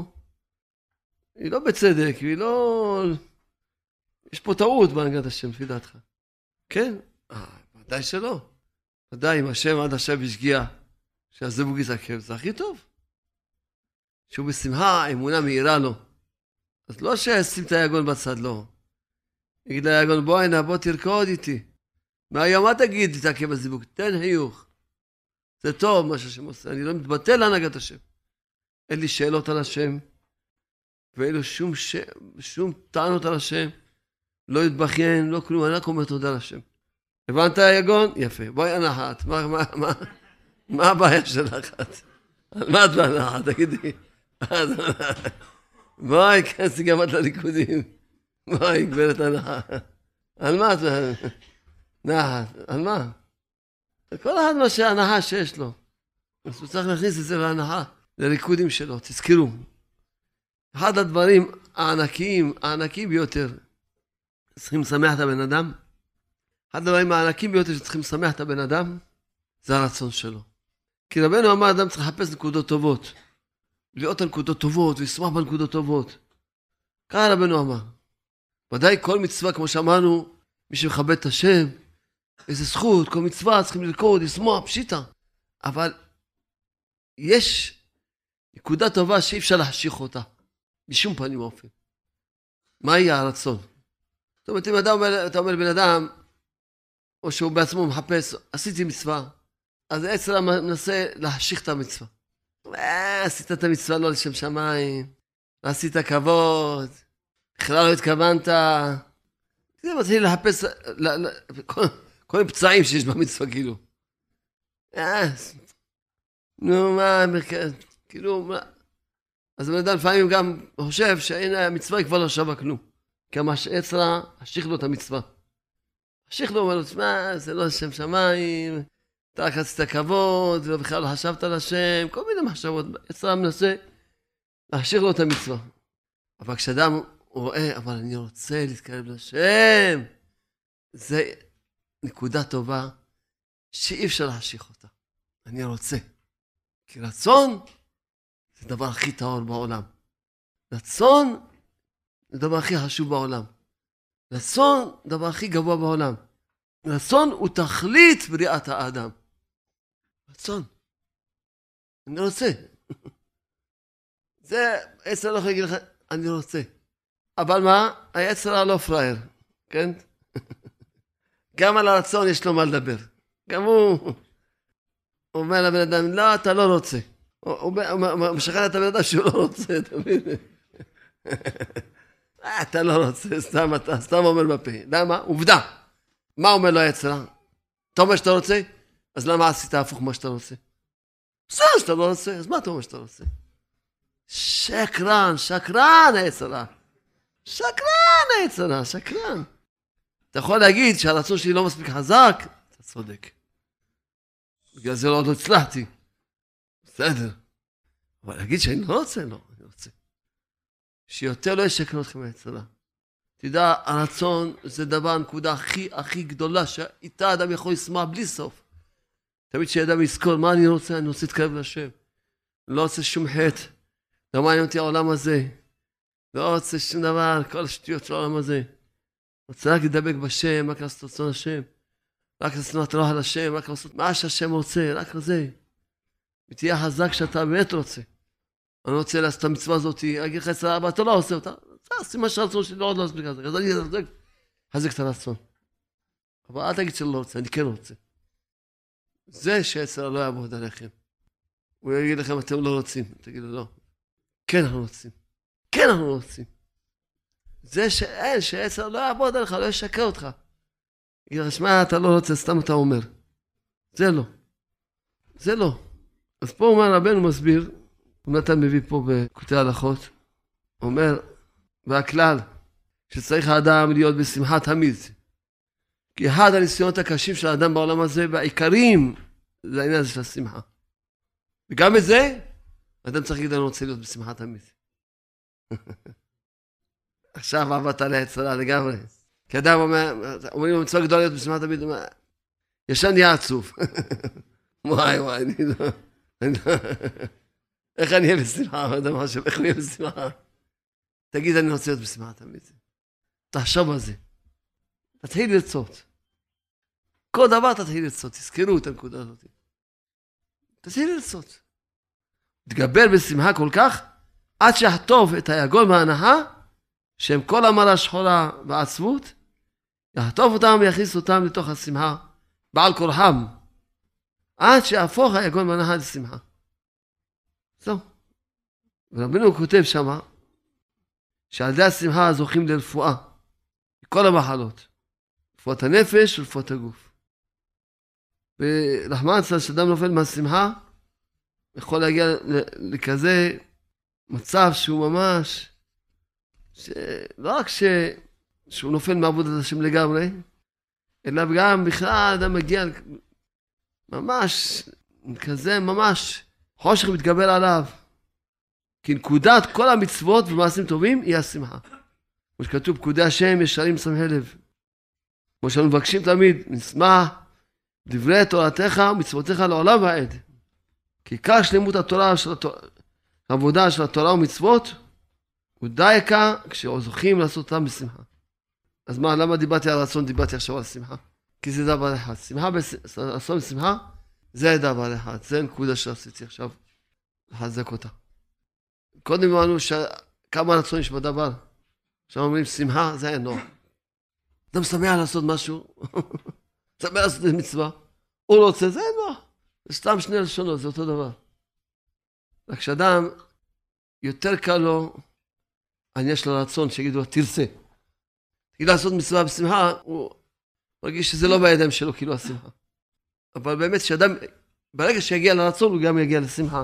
לא בצדק, היא לא... יש פה טעות בהנהגת השם, לפי דעתך. כן? ודאי שלא. ודאי, אם השם עד עכשיו השגיע שהזיווג יתעכב, זה הכי טוב. שהוא בשמחה, האמונה מאירה לו. אז לא שישים את היגון בצד, לא. יגיד ליגון, בוא תרקוד איתי. מהיום מה תגיד, תתעכב הזיווג? תן חיוך. זה טוב מה שהשם עושה, אני לא מתבטל להנהגת השם. אין לי שאלות על השם, ואין לו שום טענות על השם. לא יתבכיין, לא כלום, אני רק אומר תודה לשם. הבנת היגון? יפה. בואי הנחת. מה הבעיה שלך? על מה את בהנחת? תגידי. בואי, כנסי גם את לליכודים. בואי, גברת הנחת. על מה את נחת? על מה? כל אחד מה שההנחה שיש לו. אז הוא צריך להכניס את זה להנחה, לריקודים שלו. תזכרו. אחד הדברים הענקיים ביותר, צריכים לשמח את הבן אדם. אחד הדברים הענקים ביותר שצריכים לשמח את הבן אדם, זה הרצון שלו. כי רבנו אמר, אדם צריך לחפש נקודות טובות. להיות על נקודות טובות, ולשמח בנקודות טובות. ככה רבנו אמר. ודאי כל מצווה, כמו שאמרנו, מי שמכבד את השם, איזה זכות, כל מצווה צריכים לרקוד, לשמוח, פשיטה. אבל יש נקודה טובה שאי אפשר להחשיך אותה. בשום פנים ואופן. מהי הרצון? זאת אומרת, אם אתה אומר לבן אדם, או שהוא בעצמו מחפש, עשיתי מצווה, אז עצרה מנסה להחשיך את המצווה. עשית את המצווה לא לשם שמיים, עשית כבוד, בכלל לא התכוונת. זה מתחיל לחפש כל מיני פצעים שיש במצווה, כאילו. נו, מה, כאילו, מה? אז הבן אדם לפעמים גם חושב שהנה המצווה כבר לא שווה כלום. כמה שעצרה, השיך לו את המצווה. השיך לו, אומר לו, תשמע, זה לא שם שמיים, אתה רק רצית כבוד, ובכלל לא חשבת על השם, כל מיני מחשבות, עצרה מנסה, להשיך לו את המצווה. אבל כשאדם רואה, אבל אני רוצה להתקרב לשם, זה נקודה טובה, שאי אפשר להשיך אותה. אני רוצה. כי רצון, זה הדבר הכי טהור בעולם. רצון, זה הדבר הכי חשוב בעולם. רצון, זה הדבר הכי גבוה בעולם. רצון הוא תכלית בריאת האדם. רצון. אני רוצה. זה, עצר לא יכול להגיד לך, אני רוצה. אבל מה? היצר לא פראייר, כן? גם על הרצון יש לו מה לדבר. גם הוא אומר לבן אדם, לא, אתה לא רוצה. הוא משכנע את הבן אדם שהוא לא רוצה, אתה מבין? אתה לא רוצה, אתה סתם אומר בפה. למה? עובדה. מה אומר לו היצר? אתה אומר שאתה רוצה? אז למה עשית הפוך מה שאתה רוצה? בסדר שאתה לא רוצה, אז מה אתה אומר שאתה רוצה? שקרן, שקרן היצר. שקרן היצר, שקרן. אתה יכול להגיד שהרצון שלי לא מספיק חזק, אתה צודק. בגלל זה לא הצלחתי. בסדר. אבל להגיד שאני לא רוצה, לא, אני רוצה. שיותר לא ישקר אתכם היצרה. תדע, הרצון זה דבר, הנקודה הכי גדולה, שאיתה אדם יכול לשמוע בלי סוף. תמיד שאדם יזכור, מה אני רוצה? אני רוצה להתקרב לשם. לא רוצה שום חטא. לא מעניין אותי העולם הזה. לא רוצה שום דבר, כל השטויות של העולם הזה. רוצה רק לדבק בשם, רק לעשות רצון השם. רק לעשות רוח על השם, רק לעשות מה שהשם רוצה, רק לזה. ותהיה חזק שאתה באמת רוצה. אני רוצה לעשות את המצווה הזאת, אגיד לך אצלה, אבל אתה לא עושה אותה. תעשי מה שהרצון שלי, לא עוד לא אספיק את זה. אז אני חזק את הרצון. אבל אל תגיד שלא רוצה, אני כן רוצה. זה שאצלה לא יעבוד עליכם. הוא יגיד לכם, אתם לא רוצים. תגידו, לא. כן אנחנו רוצים. כן אנחנו רוצים. זה שאין, שאצלה לא יעבוד עליך, לא ישקר אותך. יגיד לך, שמע, אתה לא רוצה, סתם אתה אומר. זה לא. זה לא. אז פה אומר, רבנו מסביר, הוא נתן מביא פה בקוטעי הלכות, אומר, והכלל, שצריך האדם להיות בשמחה תמיד. כי אחד הניסיונות הקשים של האדם בעולם הזה, והעיקרים, זה העניין הזה של השמחה. וגם את זה, האדם צריך להגיד, אני רוצה להיות בשמחה תמיד. עכשיו עבדת על היצרה לגמרי. כי אדם אומרים לו מצווה גדולה להיות בשמחה תמיד, ישן נהיה עצוב. וואי, אני לא... איך אני אהיה בשמחה? איך אני אהיה בשמחה? תגיד, אני רוצה להיות בשמחה תמיד. תחשוב על זה. תתחיל לרצות. כל דבר תתחיל לרצות. תזכרו את הנקודה הזאת. תתחיל לרצות. תגבר בשמחה כל כך, עד שיחטוף את היגון וההנחה, שהם כל המרה שחורה ועצבות, יחטוף אותם ויכניס אותם לתוך השמחה, בעל כורחם, עד שיהפוך היגון וההנחה לשמחה. זהו. ורבינו כותב שמה, שעל ידי השמחה זוכים לרפואה, כל המחלות, רפואת הנפש ורפואת הגוף. ורחמן צל שאדם נופל מהשמחה, יכול להגיע לכזה מצב שהוא ממש, לא רק שהוא נופל מעבודת השם לגמרי, אלא גם בכלל אדם מגיע ממש, כזה ממש, חושך מתגבר עליו. כי נקודת כל המצוות ומעשים טובים היא השמחה. כמו שכתוב, פקודי השם ישרים שמחי לב. כמו שאנו מבקשים תמיד, נשמח דברי תורתך ומצוותיך לעולם ועד. כי עיקר שלמות התורה, העבודה של התורה ומצוות, הוא דייקה כשזוכים לעשות אותם בשמחה. אז מה, למה דיברתי על רצון, דיברתי עכשיו על שמחה? כי זה דבר אחד. שמחה, רצון בשמחה, זה דבר אחד. זה נקודה שעשיתי עכשיו לחזק אותה. קודם אמרנו כמה רצון יש בדבר. עכשיו אומרים, שמחה, זה אין נוח. אדם שמח לעשות משהו, שמח לעשות מצווה, הוא לא רוצה, זה אין נוח. זה סתם שני לשונות, זה אותו דבר. רק שאדם, יותר קל לו, העניין של הרצון, שיגידו לו, תרצה. תגיד לעשות מצווה בשמחה, הוא מרגיש שזה לא בידיים שלו, כאילו השמחה. אבל באמת, שאדם, ברגע שיגיע לרצון, הוא גם יגיע לשמחה.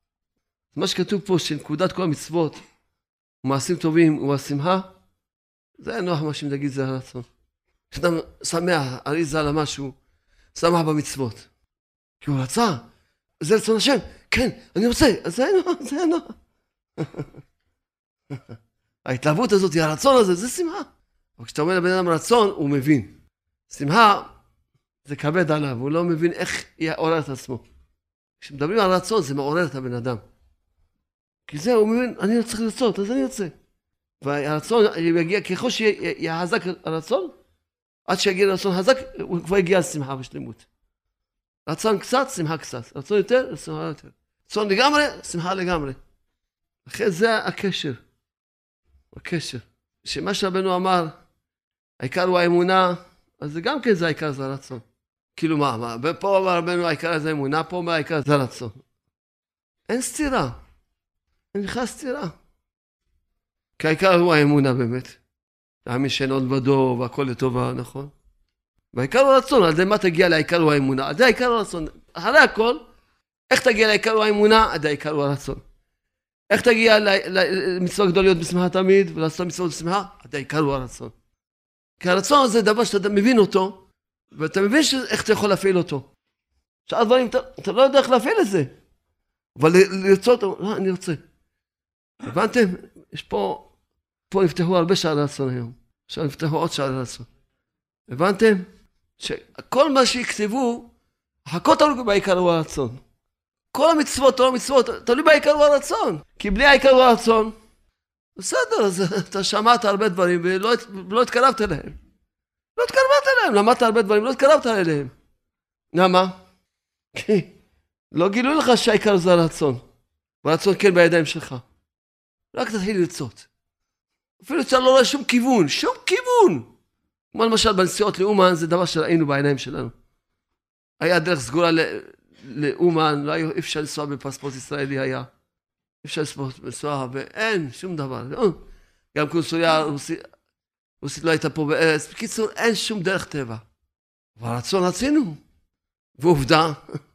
מה שכתוב פה, שנקודת כל המצוות, ומעשים טובים, הוא השמחה, זה נוח מה שנגיד, זה הרצון. כשאדם שמח, אריזה על משהו, שמח במצוות. כי הוא רצה, זה רצון השם, כן, אני רוצה, אז זה נוח, זה נוח. ההתלהבות הזאת, הרצון הזה, זה שמחה. אבל כשאתה אומר לבן אדם רצון, הוא מבין. שמחה, זה כבד עליו, הוא לא מבין איך יעורר את עצמו. כשמדברים על רצון, זה מעורר את הבן אדם. כי זה, הוא מבין, אני צריך לרצות, אז אני יוצא. והרצון יגיע, ככל שיהיה חזק הרצון, עד שיגיע לרצון חזק, הוא כבר יגיע לשמחה ושלמות. רצון קצת, שמחה קצת. רצון יותר, שמחה יותר. רצון לגמרי, שמחה לגמרי. לכן זה הקשר. הקשר. שמה שרבנו אמר, העיקר הוא האמונה, אז זה גם כן זה העיקר, זה הרצון. כאילו מה? פה אמר רבנו העיקר זה האמונה, פה אומר העיקר זה הרצון. אין סתירה. אין בכלל סתירה. כי העיקר הוא האמונה באמת. להאמין שאין עוד בדו והכל לטובה, נכון? והעיקר הוא הרצון, על זה מה תגיע לעיקר הוא האמונה? על זה העיקר הוא הרצון. אחרי הכל, איך תגיע לעיקר הוא האמונה? על זה העיקר הוא הרצון. איך תגיע למצווה גדוליות בשמחה תמיד, ולעשות מצוות בשמחה? על זה העיקר הוא הרצון. כי הרצון זה דבר שאתה מבין אותו, ואתה מבין איך אתה יכול להפעיל אותו. שאר דברים, אתה לא יודע איך להפעיל את זה. אבל לרצות, לא, אני רוצה. הבנתם? יש פה נפתחו הרבה שערי רצון היום. עכשיו נפתחו עוד שערי רצון. הבנתם? שכל מה שיכתבו, הכל תלוי בעיקר הוא הרצון. כל המצוות, כל המצוות, תלוי בעיקר הוא הרצון. כי בלי העיקר הוא הרצון, בסדר, אז אתה שמעת הרבה דברים ולא התקרבת אליהם. לא התקרבת אליהם, למדת הרבה דברים, לא התקרבת אליהם. למה? כי לא גילו לך שהעיקר זה הרצון. והרצון כן בידיים שלך. רק תתחיל לרצות. אפילו שאתה לא רואה שום כיוון, שום כיוון. כמו למשל בנסיעות לאומן, זה דבר שראינו בעיניים שלנו. היה דרך סגורה לאומן, לא היה אפשר לנסוע בפספורט ישראלי היה. אפשר לנסוע ואין שום דבר. גם קונסוליה רוסית לא הייתה פה בארץ. בקיצור, אין שום דרך טבע. אבל רצון רצינו. ועובדה,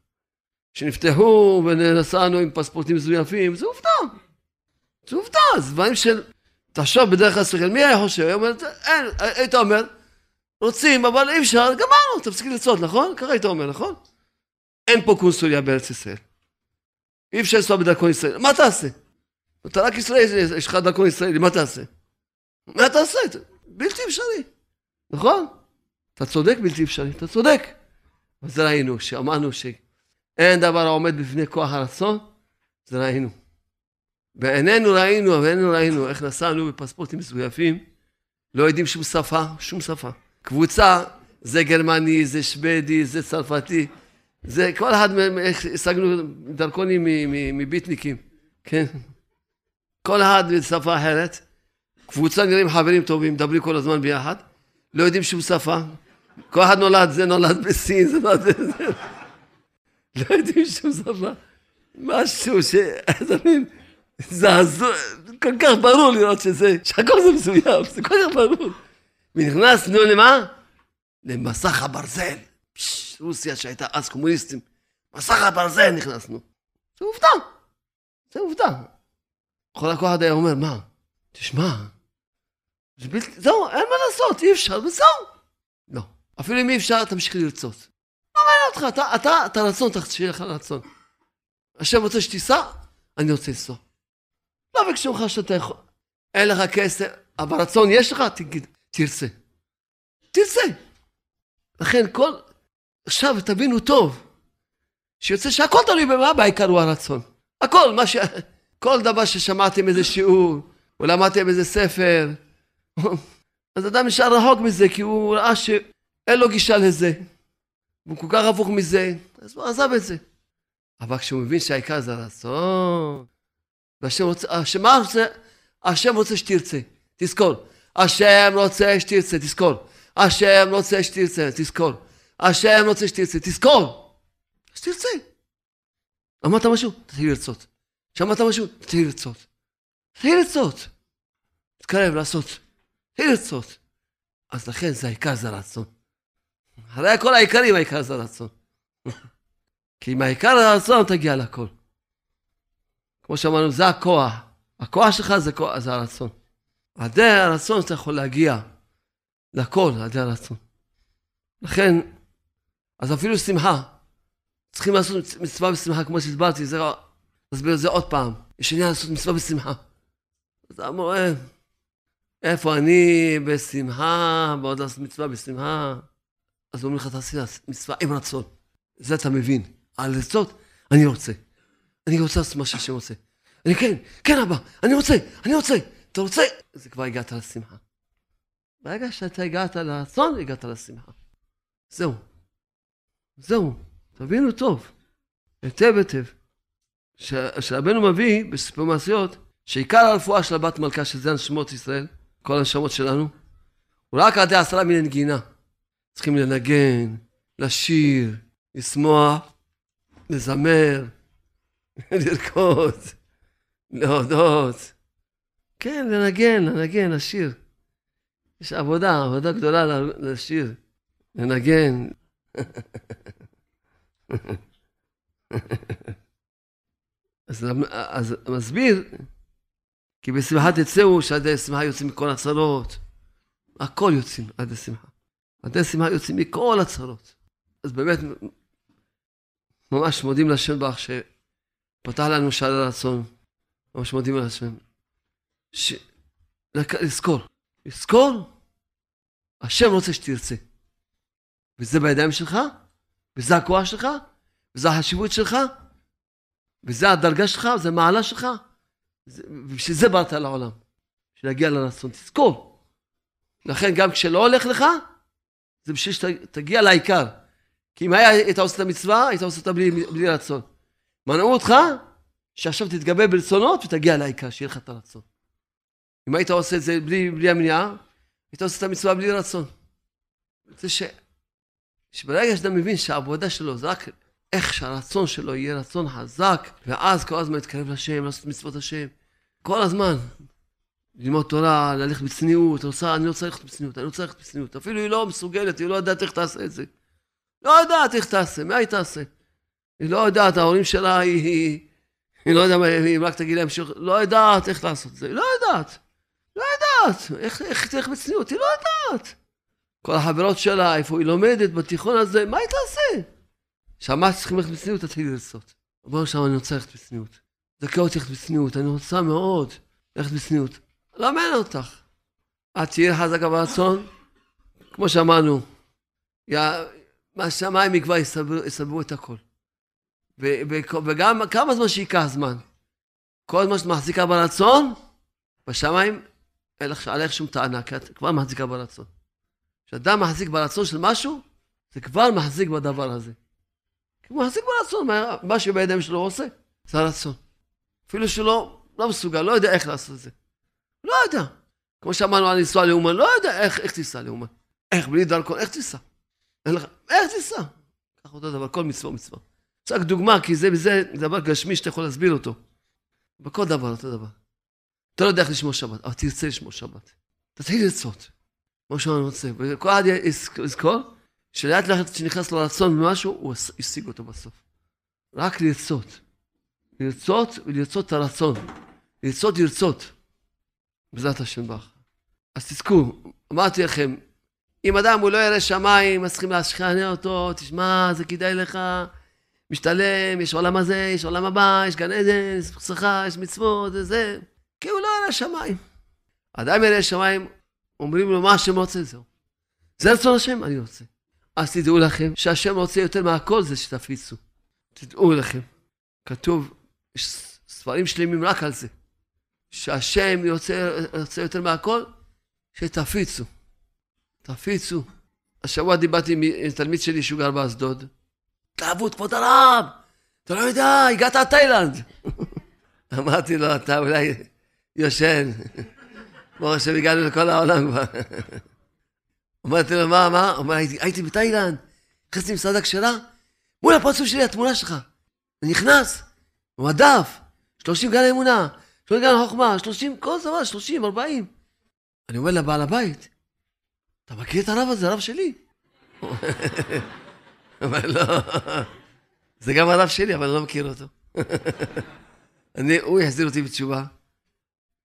שנפתחו ונסענו עם פספורטים מזויפים, זה עובדה. זה עובדה, זה דברים של... תחשוב בדרך השכל, מי היה חושב? אין, היית אומר, רוצים, אבל אי אפשר, גמרנו, תפסיק לרצות, נכון? ככה היית אומר, נכון? אין פה קונסוליה בארץ ישראל. אי אפשר לנסוע בדרכון ישראלי. מה תעשה? אתה רק ישראלי, יש לך דרכון ישראלי, מה תעשה? מה תעשה? בלתי אפשרי. נכון? אתה צודק בלתי אפשרי, אתה צודק. אז זה ראינו, שאמרנו שאין דבר העומד בפני כוח הרצון, זה ראינו. בעינינו ראינו איך נסענו בפספורטים מזויפים, לא יודעים שום שפה. קבוצה, זה גרמני, זה שוודי, זה צרפתי, זה כל אחד מהם, איך השגנו דרכונים מביטניקים, כן? כל אחד בשפה אחרת, קבוצה נראים חברים טובים, מדברים כל הזמן ביחד, לא יודעים שום שפה, כל אחד נולד, זה נולד בסין, זה נולד בזה, לא יודעים שום שפה, משהו זה כל כך ברור לראות שהכל זה מסוים, זה כל כך ברור. ונכנסנו למה? למסך הברזל. רוסיה שהייתה אז קומוניסטים. מסך הברזל נכנסנו. זה עובדה. כל אחד היה אומר, מה? תשמע, זהו, אין מה לעשות, אי אפשר, וזהו. לא, אפילו אם אי אפשר, תמשיך לרצות. לא מעניין אותך, אתה רצון, שיהיה לך רצון. השם רוצה שתיסע, אני רוצה לנסוע. לא ביקשו לך שאתה יכול, אין לך כסף, אבל רצון יש לך, תגיד, תרצה. לכן עכשיו תבינו טוב, שיוצא שהכל תלוי במה, בעיקר הוא הרצון. הכל, כל דבר ששמעתם איזה שיעור, או למדתם איזה ספר, אז אדם נשאר רחוק מזה, כי הוא ראה שאין לו גישה לזה, והוא כל כך הפוך מזה, אז הוא עזב את זה. אבל כשהוא מבין שהעיקר זה הרצון, השם רוצה שתרצה, תזכור. השם רוצה שתרצה, תזכור. השם רוצה שתרצה, תזכור. השם רוצה שתרצה, תזכור. אז תרצה. אמרת משהו? תתחיל לרצות. שמעת משהו? תתחיל לרצות. תתקרב לעשות. תתחיל לרצות. אז לכן זה העיקר זה הרצון. הרי כל העיקרים העיקר זה הרצון. כי אם העיקר הרצון תגיע לכל. כמו שאמרנו, זה הכוח. הכוח שלך זה הרצון. על ידי הרצון אתה יכול להגיע לכל, על ידי הרצון. לכן, אז אפילו שמחה, צריכים לעשות מצווה בשמחה, כמו שהסברתי, נסביר את זה עוד פעם. יש עניין לעשות מצווה בשמחה. אז אמרו, איפה אני בשמחה, בעוד לעשות מצווה בשמחה? אז אומרים לך, תעשי מצווה עם רצון. זה אתה מבין. על זאת, אני רוצה לעשות מה שהשם רוצה. כן אבא, אני רוצה. אתה רוצה? זה כבר הגעת לשמחה. ברגע שאתה הגעת לרצון, הגעת לשמחה. זהו. תבינו טוב. היטב. שרבנו מביא בסיפור מעשיות, שעיקר הרפואה של הבת מלכה, שזה הנשמות ישראל, כל הנשמות שלנו, הוא רק עד 10 מיני נגינה. צריכים לנגן, לשיר, לשמוח, לזמר, לרקוד, להודות. כן, לנגן, לשיר. יש עבודה גדולה לשיר, לנגן. אז מסביר, כי בשמחה תצאו, שעד השמחה יוצאים מכל הצרות. הכל יוצאים עד השמחה. עד השמחה יוצאים מכל הצרות. אז באמת, ממש מודים לשם בך שפתח לנו שער הרצון. ממש מודים לשם. לזכור, השם רוצה שתרצה. וזה בידיים שלך, וזה הכוח שלך, וזה החשיבות שלך, וזה הדרגה שלך, וזה המעלה שלך. ובשביל זה באת לעולם. בשביל להגיע לרצון. תזכור. לכן גם כשלא הולך לך, זה בשביל שתגיע לעיקר. כי אם היית עושה את המצווה, היית עושה אותה בלי רצון. מנעו אותך שעכשיו תתגבר ברצונות ותגיע לעיקר, שיהיה לך את הרצון. אם היית עושה את זה בלי המניעה, היית עושה את המצווה בלי רצון. זה שברגע שאתה מבין שהעבודה שלו זה רק איך שהרצון שלו יהיה רצון חזק, ואז כל הזמן להתקרב לשם, לעשות מצוות השם. כל הזמן. ללמוד תורה, ללכת בצניעות, אני רוצה ללכת בצניעות. אפילו היא לא מסוגלת, היא לא יודעת איך תעשה את זה. לא יודעת איך תעשה, מה היא תעשה? היא לא יודעת, ההורים שלה, היא לא יודעת, אם רק תגיד להם לא יודעת איך לעשות את זה. היא לא יודעת. איך תלך בצניעות? היא לא יודעת. כל החברות שלה, איפה היא לומדת בתיכון הזה, מה היא תעשה? שמעת צריכים ללכת בצניעות, תתחיל לרצות. אמרנו שם, אני רוצה ללכת בצניעות. דקה אותי ללכת בצניעות, אני רוצה מאוד ללכת בצניעות. לא מעניין אותך. את תהיה חזקה ברצון, כמו שאמרנו, מהשמיים כבר יסברו את הכל. וגם כמה זמן שיקח זמן. כל זמן שאת מחזיקה ברצון, בשמיים, אין עליך שום טענה, כי את כבר מחזיקה ברצון. כשאדם מחזיק ברצון של משהו, זה כבר מחזיק בדבר הזה. כי הוא מחזיק ברצון, מה שבידיים שלו עושה, זה הרצון. אפילו שלא מסוגל, לא יודע איך לעשות את זה. לא יודע. כמו שאמרנו על לנסוע לאומן, לא יודע איך תיסע לאומן. איך, בלי דרכון, איך תיסע? איך תיסע? כך אותו דבר, כל מצווה. זה רק דוגמה, כי זה דבר גשמי שאתה יכול להסביר אותו. בכל דבר, אותו דבר. אתה לא יודע איך לשמור שבת, אבל תרצה לשמור שבת. תתחיל לרצות. כמו שאני רוצה. וכל אחד יזכור, שלאט לאט שנכנס לו רצון במשהו, הוא ישיג אותו בסוף. רק לרצות. ולרצות את הרצון. לרצות. בעזרת השם בך. אז תזכו, אמרתי לכם, אם אדם הוא לא ירא שמיים, אז צריכים להשכנע אותו, תשמע, זה כדאי לך, משתלם, יש עולם הזה, יש עולם הבא, יש גן עדן, יש שכר, יש מצוות, זה. כי הוא לא ירא שמיים. אדם ירא שמיים, אומרים לו מה השם רוצה, זהו. זה רצון השם, אני רוצה. אז תדעו לכם שהשם רוצה יותר מהכל, זה שתפיצו. תדעו לכם. כתוב, יש ספרים שלמים רק על זה. שהשם רוצה יותר מהכל, שתפיצו. תפיצו. השבוע דיברתי עם תלמיד שלי שהוא גר באשדוד. תאהבו, כבוד הרב, אתה לא יודע, הגעת לתאילנד. אמרתי לו, אתה אולי יושן. כמו שהגענו לכל העולם כבר. אמרתי לו, מה? אומר, הייתי בתאילנד, נכנסתי למסעדה כשרה, מול הפרצוף שלי התמונה שלך. אני נכנס, במדף, 30 גן האמונה, 30 גן החוכמה, 30, כל דבר, 30, 40. אני אומר לבעל הבית, אתה מכיר את הרב הזה, הרב שלי? אבל לא, זה גם הרב שלי, אבל אני לא מכיר אותו. הוא יחזיר אותי בתשובה,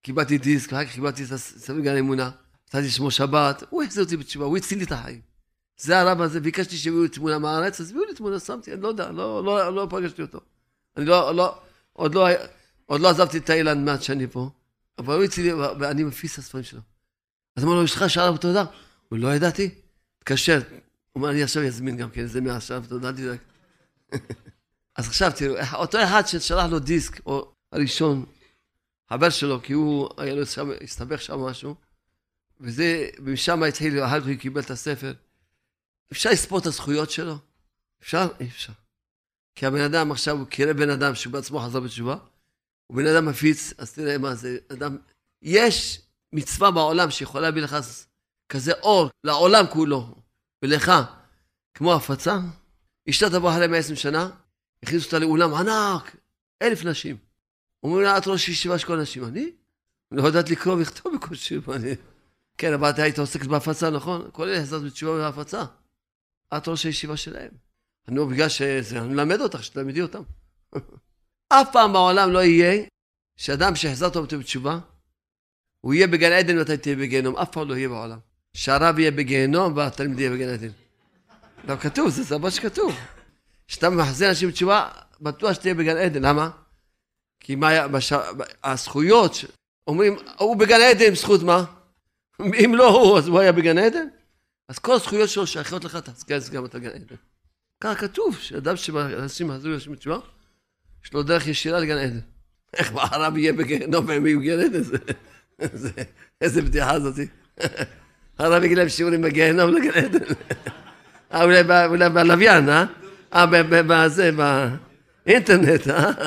קיבלתי דיסק, אחר כך קיבלתי את ספר גן האמונה, נתתי שמו שבת, הוא החזיר אותי בתשובה, הוא הציל לי את החיים. זה הרב הזה, ביקשתי שיביאו לי תמונה מהארץ, אז הביאו לי תמונה, שמתי, אני לא יודע, לא פגשתי אותו. אני עוד לא עזבתי את תאילנד מעט שאני פה, אבל הוא הציל לי, ואני מפיס את הספרים שלו. אז אמר לו, יש לך שער בתודה? הוא לא ידעתי, תקשר. הוא אומר, אני עכשיו יזמין גם כן, זה מהשער בתודה, אל תדאג. אז עכשיו תראו, אותו אחד ששלח לו דיסק, או הראשון, חבר שלו, כי הוא היה לו שם, הסתבך שם משהו, ומשם התחיל, אחר כך הוא קיבל את הספר. אפשר לספור את הזכויות שלו? אפשר? אי אפשר. כי הבן אדם עכשיו, הוא קרא בן אדם שהוא בעצמו חזר בתשובה, הוא בן אדם מפיץ, אז תראה מה זה, אדם, יש מצווה בעולם שיכולה להביא לך כזה אור, לעולם כולו, ולך, כמו הפצה, אשתה תבוא אחרי 120 שנה, הכניסו אותה לאולם ענק, 1,000 נשים. אומרים לה, את ראש ישיבה של כל נשים. אני? לא יודעת לקרוא ולכתוב בכל שיבה. כן, אבל אתה היית עוסקת בהפצה, נכון? כל אלה החזרת בתשובה בהפצה. את ראש הישיבה שלהם. אני בגלל שזה, אני מלמד אותך, שתלמדי אותם. אף פעם בעולם לא יהיה שאדם שהחזרת אותו בתשובה, הוא יהיה בגן עדן ואתה תהיה בגיהנום. אף פעם לא יהיה בעולם. שהרב יהיה בגיהנום והתלמיד יהיה בגן עדן. לא כתוב, זה מה שכתוב. כשאתה מחזיר אנשים בתשובה, בטוח שתהיה בגן עדן. למה? כי הזכויות, אומרים, הוא בגן עדן, זכות מה? אם לא הוא, אז הוא היה בגן עדן? אז כל הזכויות שלו שייכות לך, תזכיר גם את הגן עדן. ככה כתוב, שאדם שאנשים מחזירים אנשים בתשובה, יש לו דרך ישירה לגן עדן. איך הרב יהיה בגיהנום והם יהיו בגן עדן? איזה בדיחה זאתי. הרב יגיד להם שיעורים בגיהנום לגן עדן. אולי בלוויין, בזה, באינטרנט,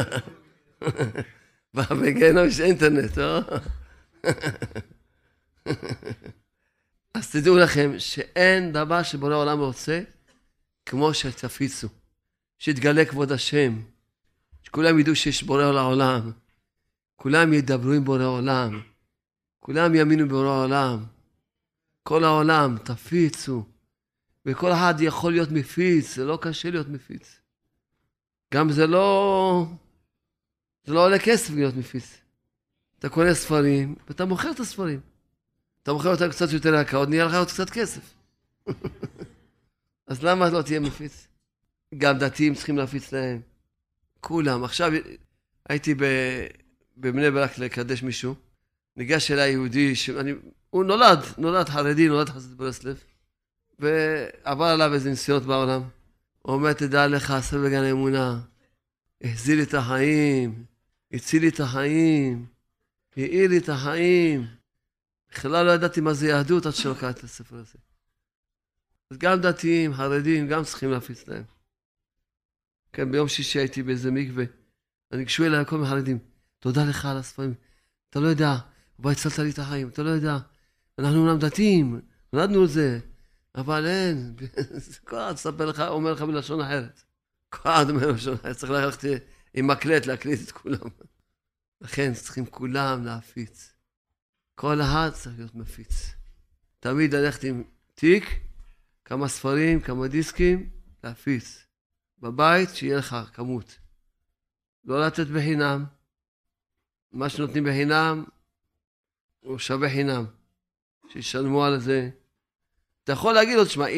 בגיהנום יש אינטרנט, אז תדעו לכם שאין דבר שבורא העולם רוצה כמו שתפיצו, שיתגלה כבוד השם, שכולם ידעו שיש בורא לעולם, כולם ידברו עם בורא העולם, כולם יאמינו בבורא העולם, כל העולם תפיצו, וכל אחד יכול להיות מפיץ, זה לא קשה להיות מפיץ. גם זה לא עולה כסף להיות מפיץ. אתה קונה ספרים, ואתה מוכר את הספרים. אתה מוכר אותם קצת יותר יקר, עוד נהיה לך עוד קצת כסף. אז למה לא תהיה מפיץ? גם דתיים צריכים להפיץ להם. כולם. עכשיו הייתי בבני ברק לקדש מישהו, ניגש אליי יהודי, הוא נולד חרדי, נולד חסיד ברסלב, ועבר עליו איזה ניסיונות בעולם. הוא אומר, תדע לך, ספר בגן האמונה, החזיר לי את החיים, הציל לי את החיים, העיר לי את החיים. בכלל לא ידעתי מה זה יהדות עד שלקח את הספר הזה. אז גם דתיים, חרדים, גם צריכים להפיץ להם. כן, ביום שישי הייתי באיזה מקווה, אני ניגשו אליי כל מיני חרדים, תודה לך על הספרים, אתה לא יודע, אבל הצלת לי את החיים, אתה לא יודע, אנחנו אומנם דתיים, נולדנו את זה, אבל אין, כל אחד ספר לך, אומר לך בלשון אחרת. כל אחד אומר בלשון אחרת, צריך ללכת עם מקלט, להקליט את כולם. לכן צריכים כולם להפיץ. כל אחד צריך להיות מפיץ. תמיד ללכת עם תיק, כמה ספרים, כמה דיסקים, להפיץ. בבית שיהיה לך כמות. לא לתת בחינם. מה שנותנים בחינם, הוא שווה חינם. שישלמו על זה. אתה יכול להגיד לו, תשמע,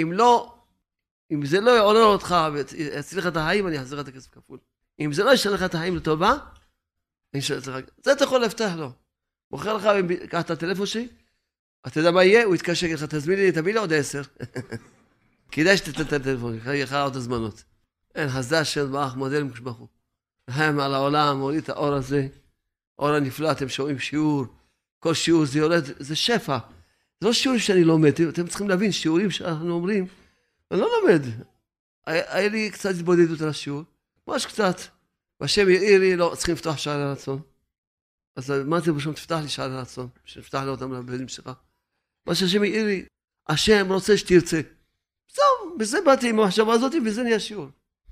אם זה לא יעורר אותך ויציל לך את החיים, אני אחזיר לך את הכסף כפול. אם זה לא ישאל לך את החיים לטובה, אני אשאל לך. זה אתה יכול להבטח לו. מוכר לך, קח את הטלפון שלי, אתה יודע מה יהיה? הוא יתקשר לך, תזמין לי, תביא לי עוד 10. כדאי שתתן את הטלפון, יחד עוד הזמנות. אין, חסדי השם ברוך, מודה למקושבחו. הם על העולם, מוריד את האור הזה, אור הנפלא, אתם שומעים שיעור, כל שיעור זה יורד, זה שפע. זה לא שיעורים שאני לומד, אתם צריכים להבין, שיעורים שאנחנו אומרים, אני לא לומד. היה לי קצת התבודדות על השיעור, ממש קצת. והשם יאיר לי, לא, צריכים לפתוח שער הרצון. אז מה זה בשביל תפתח לי שער הרצון, שתפתח לי אותם לבנים שלך. מה שהשם יאיר לי, השם רוצה שתרצה. זהו, בזה באתי עם המחשבה הזאת, וזה נהיה שיעור.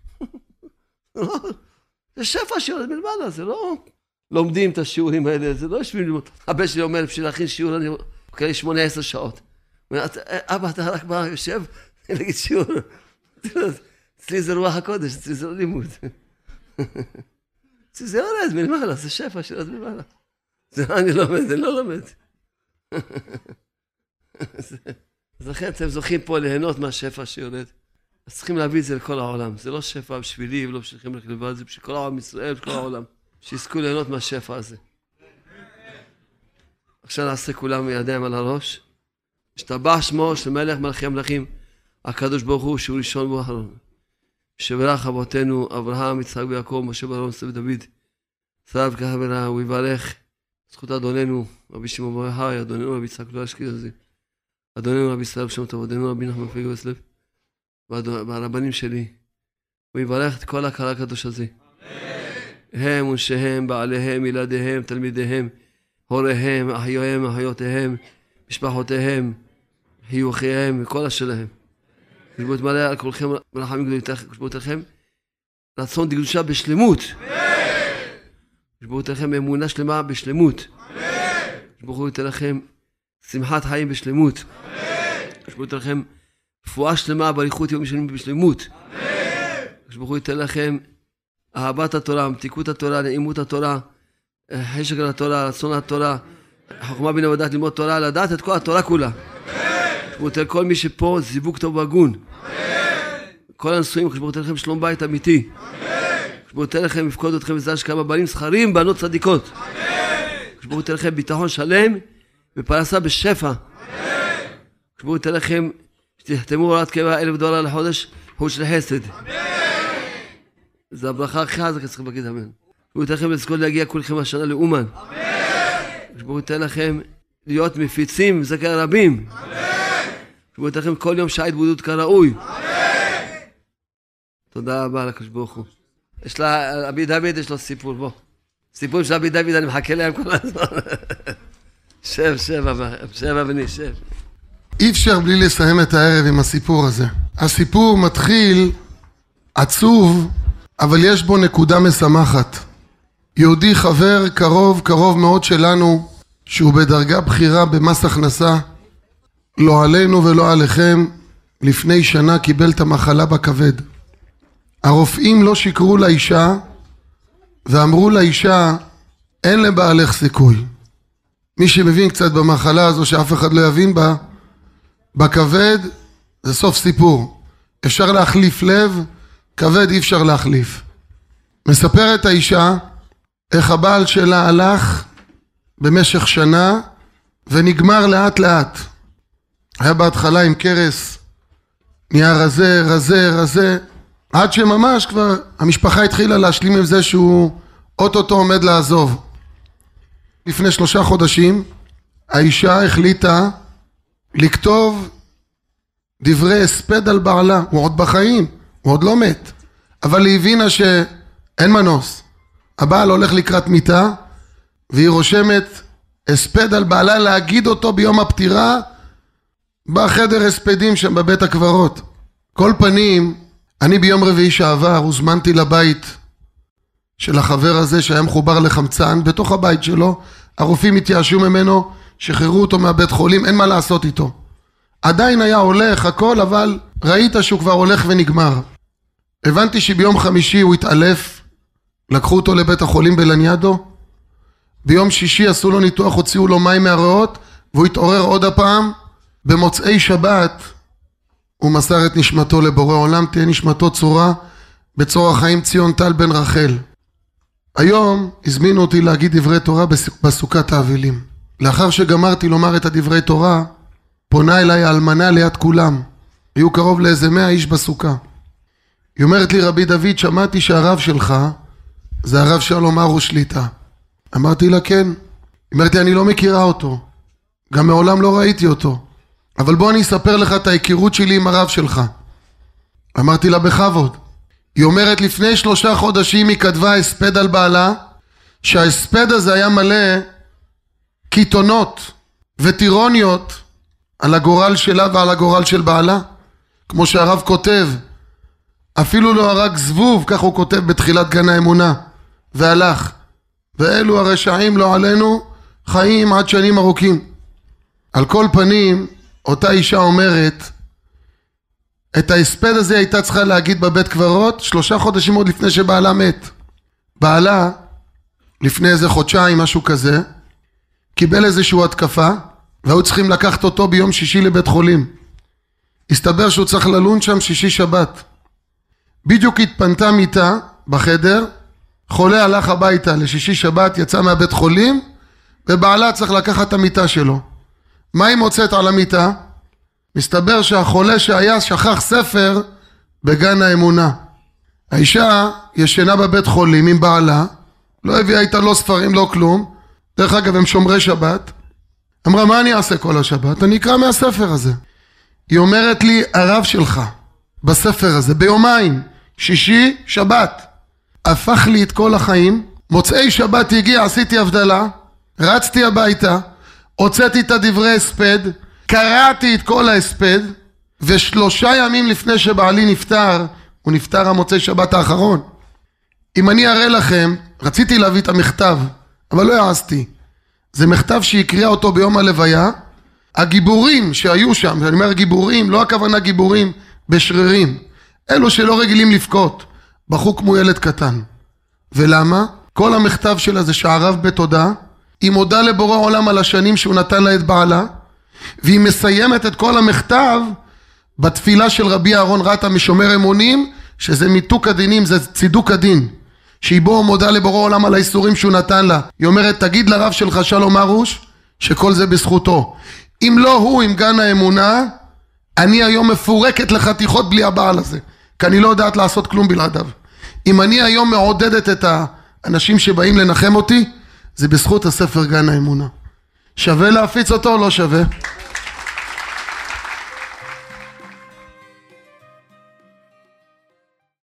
זה שפע שיעור, זה מלמעלה, זה לא... לומדים את השיעורים האלה, זה לא יושבים ללמוד. הבן שלי אומר, בשביל להכין שיעור, אני אוקיי, 8-10 שעות. אבא, אתה רק בא, יושב, להגיד שיעור. אצלי זה רוח הקודש, אצלי זה לא לימוד. אצלי זה יורד מלמעלה, זה שפע שיורד מלמעלה. זה אני לומד, אני לא לומד. אז לכן אתם זוכים פה ליהנות מהשפע שיורד. אז צריכים להביא את זה לכל העולם. זה לא שפע בשבילי ולא בשבילכם רק לבד, זה בשביל כל העם ישראל, בשביל כל העולם. שיזכו ליהנות מהשפע הזה. עכשיו נעשה כולם ידיים על הראש. השתבח שמו של מלך מלכי המלכים, הקדוש ברוך הוא שהוא ראשון והוא אחרון. שברך אבותינו אברהם, יצחק ויעקב, משה ואהרון ודוד. שרה וככה ורע, הוא יברך זכות אדוננו רבי שמעון בר יוחאי, אדוננו רבי יצחק לא אשכנזי הזה. אדוננו רבי ישראל בשם טוב, אדוננו רבי נחמן פגר וסלב, והרבנים שלי. הוא יברך את כל הקהל הקדוש הזה. הם ונשיהם, בעליהם, ילדיהם, תלמידיהם, הוריהם, אחיהם, אחיותיהם, משפחותיהם, חיוכיהם וכל השלהם. כשבו תמלא על כולכם מרחמים גדולים, כשבו תלכם רצון דקדושה בשלמות. כשבו תלכם אמונה שלמה בשלמות. כשבו תלכם שמחת חיים בשלמות. כשבו תלכם רפואה שלמה באריכות יום שלמים בשלמות. כשבו ייתן לכם אהבת התורה, מתיקות התורה, נעימות התורה, חשק על התורה, רצון התורה, חוכמה בינה ודעת ללמוד תורה, לדעת את כל התורה כולה. כשבו תל כל מי שפה זיווג טוב והגון. כל הנשואים, כשבו תל לכם שלום בית אמיתי. כשבו תל לכם יפקוד אתכם וזר שכמה בנים זכרים, בנות צדיקות. כשבו תל לכם ביטחון שלם ופרנסה בשפע. כשבו תל לכם שתחתמו הוראת קבע $1,000 לחודש, חודש של חסד. זה הברכה הכי חזקה צריכים להגיד אמן. כשבו תל לכם לזכות להגיע כולכם השנה לאומן. כשבו תל לכם להיות מפיצים וזכאי רבים. כשבו תל לכם כל יום שעה התבודדות כראוי. תודה רבה לקדוש ברוך הוא. יש לה, אבי דוד יש לו סיפור, בוא. סיפור של אבי דוד, אני מחכה להם כל הזמן. שב אבני, שב. אי אפשר בלי לסיים את הערב עם הסיפור הזה. הסיפור מתחיל עצוב, אבל יש בו נקודה משמחת. יהודי חבר קרוב מאוד שלנו, שהוא בדרגה בכירה במס הכנסה, לא עלינו ולא עליכם, לפני שנה קיבל את המחלה בכבד. הרופאים לא שיקרו לאישה, ואמרו לאישה, אין לבעלך סיכוי. מי שמבין קצת במחלה הזו שאף אחד לא יבין בה, בכבד זה סוף סיפור. אפשר להחליף לב, כבד אי אפשר להחליף. מספרת האישה איך הבעל שלה הלך במשך שנה ונגמר לאט לאט. היה בהתחלה עם קרס, נהיה רזה, עד שממש כבר המשפחה התחילה להשלים עם זה שהוא אוטוטו עומד לעזוב. לפני 3 חודשים האישה החליטה לכתוב דברי הספד על בעלה. הוא עוד בחיים, הוא עוד לא מת, אבל היא הבינה שאין מנוס. הבעל הולך לקראת מיטה והיא רושמת הספד על בעלה להגיד אותו ביום הפטירה בחדר הספדים שם בבית הקברות. כל פנים, אני ביום רביעי שעבר הוזמנתי לבית של החבר הזה שהיה מחובר לחמצן בתוך הבית שלו. הרופאים התייאשו ממנו, שחררו אותו מהבית חולים, אין מה לעשות איתו. עדיין היה הולך הכל, אבל ראית שהוא כבר הולך ונגמר. הבנתי שביום חמישי הוא התעלף, לקחו אותו לבית החולים בלניאדו. ביום שישי עשו לו ניתוח, הוציאו לו מים מהריאות, והוא התעורר עוד הפעם. במוצאי שבת הוא מסר את נשמתו לבורא עולם, תהיה נשמתו צורה בצור החיים ציון טל בן רחל. היום הזמינו אותי להגיד דברי תורה בסוכת האבלים. לאחר שגמרתי לומר את הדברי תורה, פונה אליי האלמנה ליד כולם. היו קרוב לאיזה 100 איש בסוכה. היא אומרת לי, רבי דוד, שמעתי שהרב שלך זה הרב שלום ארו שליטה. אמרתי לה, כן. היא אומרת לי, אני לא מכירה אותו, גם מעולם לא ראיתי אותו, אבל בוא אני אספר לך את ההיכרות שלי עם הרב שלך. אמרתי לה, בכבוד. היא אומרת, לפני 3 חודשים היא כתבה הספד על בעלה, שההספד הזה היה מלא קיתונות וטירוניות על הגורל שלה ועל הגורל של בעלה. כמו שהרב כותב, אפילו לא הרג זבוב, כך הוא כותב בתחילת גן האמונה, והלך. ואלו הרשעים לא עלינו, חיים עד שנים ארוכים. על כל פנים, אותה אישה אומרת, את ההספד הזה הייתה צריכה להגיד בבית קברות 3 חודשים עוד לפני שבעלה מת. בעלה, לפני איזה חודשיים, משהו כזה, קיבל איזושהי התקפה, והיו צריכים לקחת אותו ביום שישי לבית חולים. הסתבר שהוא צריך ללון שם שישי שבת. בדיוק התפנתה מיטה בחדר, חולה הלך הביתה לשישי שבת, יצא מהבית חולים, ובעלה צריך לקחת את המיטה שלו. מה היא מוצאת על המיטה? מסתבר שהחולה שהיה שכח ספר בגן האמונה. האישה ישנה בבית חולים עם בעלה, לא הביאה איתה לא ספרים לא כלום, דרך אגב הם שומרי שבת. אמרה, מה אני אעשה כל השבת? אני אקרא מהספר הזה. היא אומרת לי, הרב שלך בספר הזה ביומיים, שישי שבת, הפך לי את כל החיים. מוצאי שבת הגיע, עשיתי הבדלה, רצתי הביתה, הוצאתי את הדברי הספד, קראתי את כל ההספד, ו3 ימים לפני שבעלי נפטר, הוא נפטר המוצאי שבת האחרון. אם אני אראה לכם, רציתי להביא את המכתב, אבל לא העזתי. זה מכתב שהקריאה אותו ביום הלוויה. הגיבורים שהיו שם, אני אומר גיבורים, לא הכוונה גיבורים בשרירים, אלו שלא רגילים לבכות, בכו כמו ילד קטן. ולמה? כל המכתב שלה זה שערב בתודה, היא מודה לבורא עולם על השנים שהוא נתן לה את בעלה, והיא מסיימת את כל המכתב בתפילה של רבי אהרון רטה משומר אמונים, שזה מיתוק הדינים, זה צידוק הדין, שהיא בו מודה לבורא עולם על האיסורים שהוא נתן לה. היא אומרת, תגיד לרב שלך שלום ארוש שכל זה בזכותו. אם לא הוא עם גן האמונה, אני היום מפורקת לחתיכות בלי הבעל הזה, כי אני לא יודעת לעשות כלום בלעדיו. אם אני היום מעודדת את האנשים שבאים לנחם אותי, זה בזכות הספר גן האמונה. שווה להפיץ אותו או לא שווה?